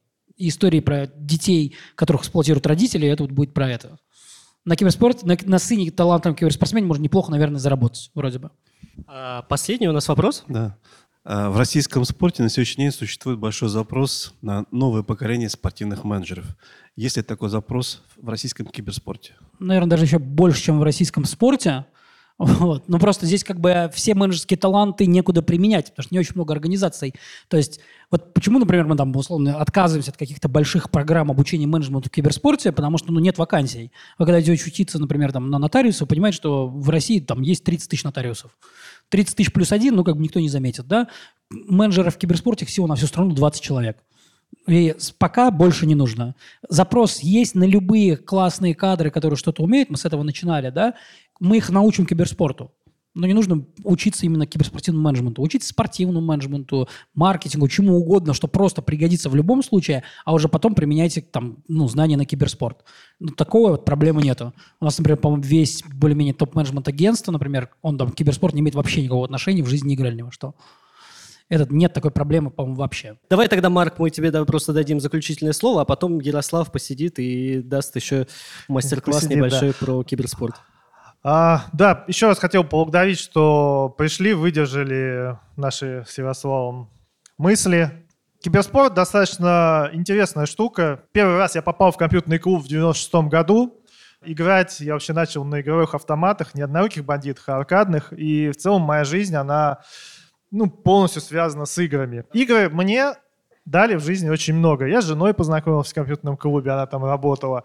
Speaker 3: истории про детей, которых эксплуатируют родители, это вот будет про это. На киберспорт, на, на сыне талантом киберспортсмене можно неплохо, наверное, заработать, вроде бы.
Speaker 2: А, последний у нас вопрос.
Speaker 12: Да. А, в российском спорте на сегодняшний день существует большой запрос на новое поколение спортивных менеджеров. Есть ли такой запрос в российском киберспорте?
Speaker 3: Наверное, даже еще больше, чем в российском спорте. Вот. Но просто здесь как бы все менеджерские таланты некуда применять, потому что не очень много организаций. То есть вот почему, например, мы там условно отказываемся от каких-то больших программ обучения менеджменту в киберспорте, потому что ну, нет вакансий. Вы когда идете учиться, например, там, на нотариуса, вы понимаете, что в России там есть тридцать тысяч нотариусов. тридцать тысяч плюс один, ну как бы никто не заметит, да? Менеджеров в киберспорте всего на всю страну двадцать человек. И пока больше не нужно. Запрос есть на любые классные кадры, которые что-то умеют. Мы с этого начинали, да? Мы их научим киберспорту. Но не нужно учиться именно киберспортивному менеджменту. Учиться спортивному менеджменту, маркетингу, чему угодно, что просто пригодится в любом случае, а уже потом применяйте там, ну, знания на киберспорт. Ну, такой вот проблемы нету. У нас, например, по-моему, весь более-менее топ-менеджмент агентства, например, он там киберспорт не имеет вообще никакого отношения, в жизни не играли ни во что. Этот, нет такой проблемы, по-моему, вообще.
Speaker 2: Давай тогда, Марк, мы тебе да, просто дадим заключительное слово, а потом Ярослав посидит и даст еще мастер-класс
Speaker 4: Посидит,
Speaker 2: небольшой
Speaker 4: да.
Speaker 2: про киберспорт.
Speaker 4: А, да, еще раз хотел поблагодарить, что пришли, выдержали наши с Ярославом мысли. Киберспорт достаточно интересная штука. Первый раз я попал в компьютерный клуб в девяносто шестом году. Играть я вообще начал на игровых автоматах, не одноруких бандитах, а аркадных. И в целом моя жизнь, она... ну, полностью связано с играми. Игры мне дали в жизни очень много. Я с женой познакомился в компьютерном клубе, она там работала.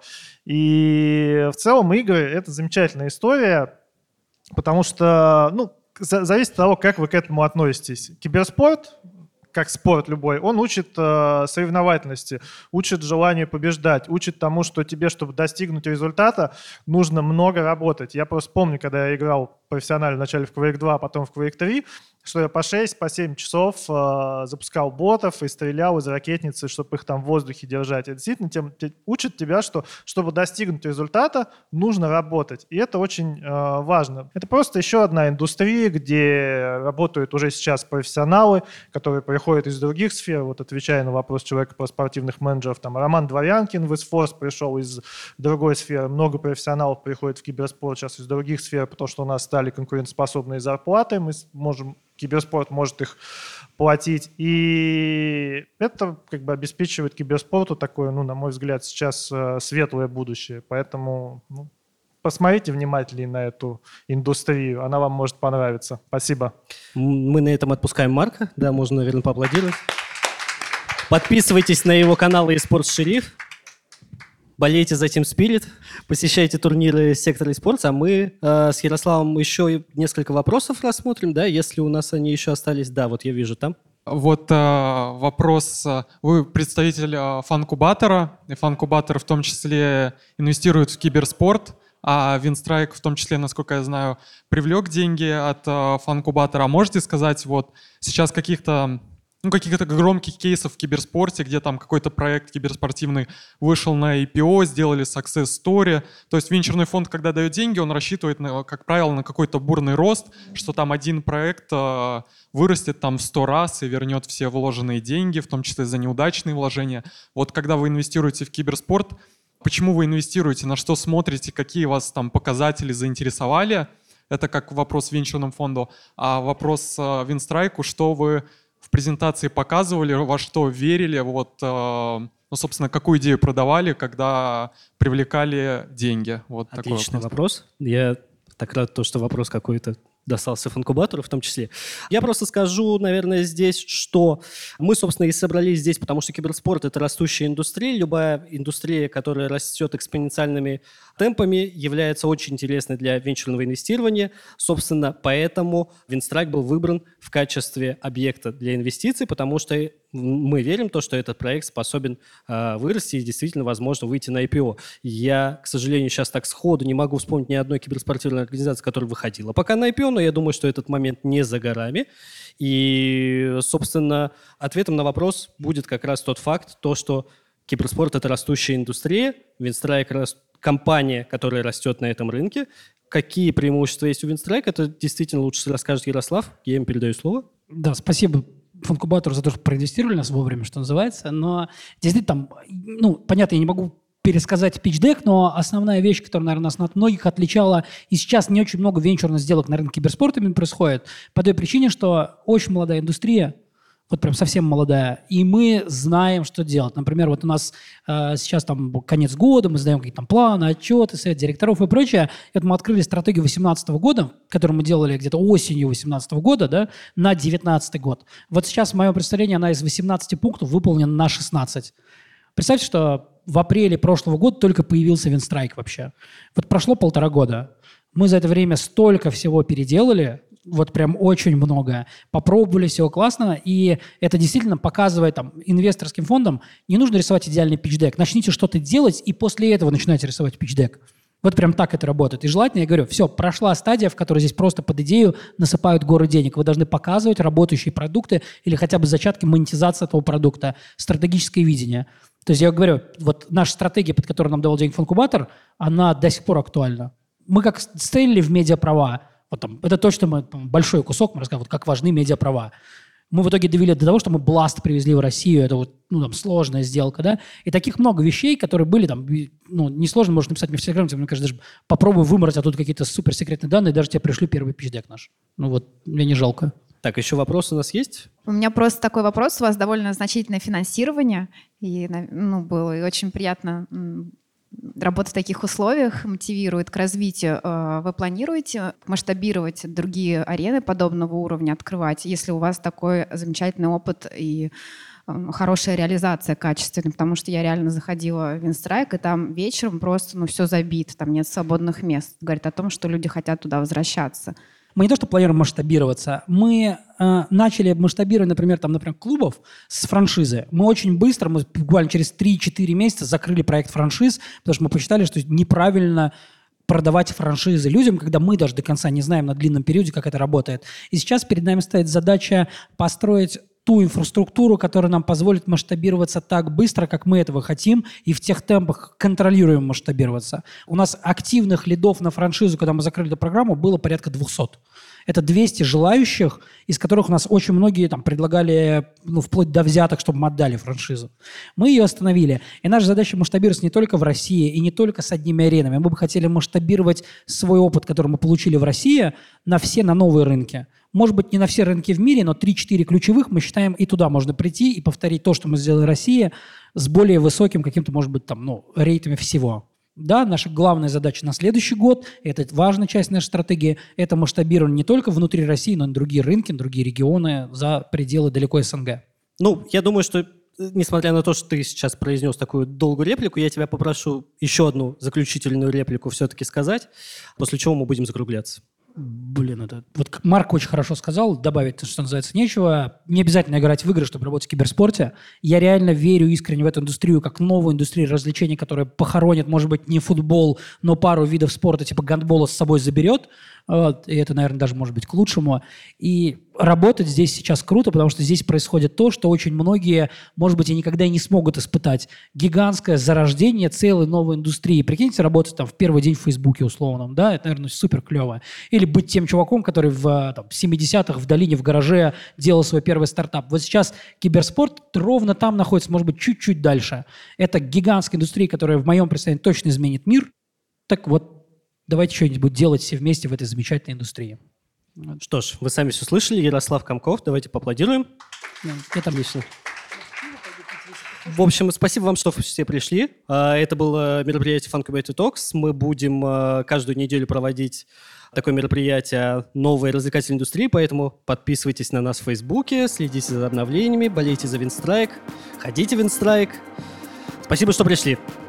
Speaker 4: И в целом игры — это замечательная история, потому что, ну, за- зависит от того, как вы к этому относитесь. Киберспорт, как спорт любой, он учит э, соревновательности, учит желанию побеждать, учит тому, что тебе, чтобы достигнуть результата, нужно много работать. Я просто помню, когда я играл профессионально вначале в Quake два, а потом в Quake три, что я по шесть, по семь часов э, запускал ботов и стрелял из ракетницы, чтобы их там в воздухе держать. Это действительно тем, те, учит тебя, что чтобы достигнуть результата, нужно работать. И это очень э, важно. Это просто еще одна индустрия, где работают уже сейчас профессионалы, которые приходят из других сфер. Вот отвечая на вопрос человека про спортивных менеджеров, там Роман Дворянкин в Исфорс пришел из другой сферы. Много профессионалов приходит в киберспорт сейчас из других сфер, потому что у нас стали конкурентоспособные зарплаты, мы можем киберспорт может их платить. И это как бы обеспечивает киберспорту такое, ну, на мой взгляд, сейчас э, светлое будущее. Поэтому ну, посмотрите внимательнее на эту индустрию. Она вам может понравиться. Спасибо.
Speaker 2: Мы на этом отпускаем Марка. Да, можно, наверное, поаплодировать. Подписывайтесь на его канал eSports Шериф. Болейте за Team Spirit, посещайте турниры сектора eSports, а мы э, с Ярославом еще несколько вопросов рассмотрим, да, если у нас они еще остались. Да, вот я вижу там.
Speaker 13: Вот э, вопрос. Вы представитель э, фан-кубатора, и фан-кубатор в том числе инвестирует в киберспорт, а Винстрайк в том числе, насколько я знаю, привлек деньги от э, фан-кубатора. А можете сказать, вот сейчас каких-то ну, каких-то громких кейсов в киберспорте, где там какой-то проект киберспортивный вышел на ай пи о, сделали success story. То есть венчурный фонд, когда дает деньги, он рассчитывает, на, как правило, на какой-то бурный рост, что там один проект э, вырастет там в сто раз и вернет все вложенные деньги, в том числе за неудачные вложения. Вот когда вы инвестируете в киберспорт, почему вы инвестируете, на что смотрите, какие вас там показатели заинтересовали? Это как вопрос венчурному фонду. А вопрос э, Винстрайку, что вы в презентации показывали, во что верили, вот, э, ну, собственно, какую идею продавали, когда привлекали деньги. Вот
Speaker 2: Отличный
Speaker 13: такой вопрос.
Speaker 2: вопрос. Я так рад, то, что вопрос какой-то достался фанкубатору в том числе. Я просто скажу, наверное, здесь, что мы, собственно, и собрались здесь, потому что киберспорт – это растущая индустрия. Любая индустрия, которая растет экспоненциальными темпами, является очень интересной для венчурного инвестирования. Собственно, поэтому Винстрайк был выбран в качестве объекта для инвестиций, потому что мы верим в то, что этот проект способен э, вырасти и действительно, возможно, выйти на ай пи о. Я, к сожалению, сейчас так сходу не могу вспомнить ни одной киберспортивной организации, которая выходила пока на ай пи о, но я думаю, что этот момент не за горами. И, собственно, ответом на вопрос будет как раз тот факт, то, что киберспорт – это растущая индустрия, Винстрайк – компания, которая растет на этом рынке. Какие преимущества есть у Винстрайк, это действительно лучше расскажет Ярослав. Я им передаю слово.
Speaker 3: Да, спасибо. Фанкубатору за то, что проинвестировали нас вовремя, что называется. Но действительно там, ну, понятно, я не могу пересказать питч-дек, но основная вещь, которая, наверное, нас от многих отличала, и сейчас не очень много венчурных сделок на рынке киберспорта именно происходит, по той причине, что очень молодая индустрия, вот прям совсем молодая, и мы знаем, что делать. Например, вот у нас э, сейчас там конец года, мы сдаем какие-то там планы, отчеты, совет директоров и прочее. И вот мы открыли стратегию две тысячи восемнадцатого года, которую мы делали где-то осенью две тысячи восемнадцатого года, да, на две тысячи девятнадцатый год. Вот сейчас, в моем представлении, она из восемнадцати пунктов выполнена на шестнадцать. Представьте, что в апреле прошлого года только появился Винстрайк вообще. Вот прошло полтора года. Мы за это время столько всего переделали, вот прям очень много. Попробовали, всего классно. И это действительно показывает там, инвесторским фондам, не нужно рисовать идеальный питч-дек. Начните что-то делать, и после этого начинайте рисовать питч-дек. Вот прям так это работает. И желательно, я говорю, все, прошла стадия, в которой здесь просто под идею насыпают горы денег. Вы должны показывать работающие продукты или хотя бы зачатки монетизации этого продукта, стратегическое видение. То есть я говорю, вот наша стратегия, под которой нам давал денег Фанкубатор, она до сих пор актуальна. Мы как стрелили в медиаправа, вот там, это точно мы, большой кусок, мы рассказываем, вот как важны медиаправа. Мы в итоге довели до того, что мы Blast привезли в Россию, это вот, ну, там, сложная сделка, да, и таких много вещей, которые были там, ну, несложно, можно написать мне в Телеграме, мне кажется, даже попробую вымороть оттуда какие-то суперсекретные данные, даже тебе пришлю первый питч-дек наш. Ну вот, мне не жалко.
Speaker 2: Так, еще вопрос у нас есть?
Speaker 14: У меня просто такой вопрос. У вас довольно значительное финансирование, и, ну, было и очень приятно работать в таких условиях, мотивирует к развитию. Вы планируете масштабировать другие арены подобного уровня, открывать, если у вас такой замечательный опыт и хорошая реализация качественная? Потому что я реально заходила в Винстрайк, и там вечером просто, ну, все забито, там нет свободных мест. Говорит о том, что люди хотят туда возвращаться.
Speaker 3: Мы не то, что планируем масштабироваться, мы э, начали масштабировать, например, там, например, клубов с франшизы. Мы очень быстро, мы буквально через три-четыре месяца закрыли проект франшиз, потому что мы посчитали, что неправильно продавать франшизы людям, когда мы даже до конца не знаем на длинном периоде, как это работает. И сейчас перед нами стоит задача построить ту инфраструктуру, которая нам позволит масштабироваться так быстро, как мы этого хотим, и в тех темпах контролируем масштабироваться. У нас активных лидов на франшизу, когда мы закрыли эту программу, было порядка двухсот. Это двести желающих, из которых у нас очень многие там, предлагали, ну, вплоть до взяток, чтобы мы отдали франшизу. Мы ее остановили. И наша задача масштабироваться не только в России и не только с одними аренами. Мы бы хотели масштабировать свой опыт, который мы получили в России, на все, на новые рынки. Может быть, не на все рынки в мире, но три-четыре ключевых мы считаем, и туда можно прийти и повторить то, что мы сделали в России, с более высоким каким-то, может быть, там, ну, рейтами всего. Да, наша главная задача на следующий год, это важная часть нашей стратегии, это масштабирование не только внутри России, но и на другие рынки, на другие регионы, за пределы далеко СНГ.
Speaker 2: Ну, я думаю, что, несмотря на то, что ты сейчас произнес такую долгую реплику, я тебя попрошу еще одну заключительную реплику все-таки сказать, после чего мы будем закругляться.
Speaker 3: Блин, это... Вот как Марк очень хорошо сказал, добавить, что называется, нечего. Не обязательно играть в игры, чтобы работать в киберспорте. Я реально верю искренне в эту индустрию, как новую индустрию развлечений, которая похоронит, может быть, не футбол, но пару видов спорта, типа гандбола, с собой заберет. Вот. И это, наверное, даже может быть к лучшему. И работать здесь сейчас круто, потому что здесь происходит то, что очень многие, может быть, и никогда и не смогут испытать. Гигантское зарождение целой новой индустрии. Прикиньте, работать там в первый день в Фейсбуке условном, да, это, наверное, супер клево. Или быть тем чуваком, который в там, семидесятых в долине, в гараже делал свой первый стартап. Вот сейчас киберспорт ровно там находится, может быть, чуть-чуть дальше. Это гигантская индустрия, которая в моем представлении точно изменит мир. Так вот, давайте что-нибудь делать все вместе в этой замечательной индустрии.
Speaker 2: Что ж, вы сами все слышали. Ярослав Комков, давайте поаплодируем.
Speaker 3: Это
Speaker 2: отлично. В общем, спасибо вам, что все пришли. Это было мероприятие Funkubator Talks. Мы будем каждую неделю проводить такое мероприятие новой развлекательной индустрии, поэтому подписывайтесь на нас в Фейсбуке, следите за обновлениями, болейте за Винстрайк, ходите в Винстрайк. Спасибо, что пришли.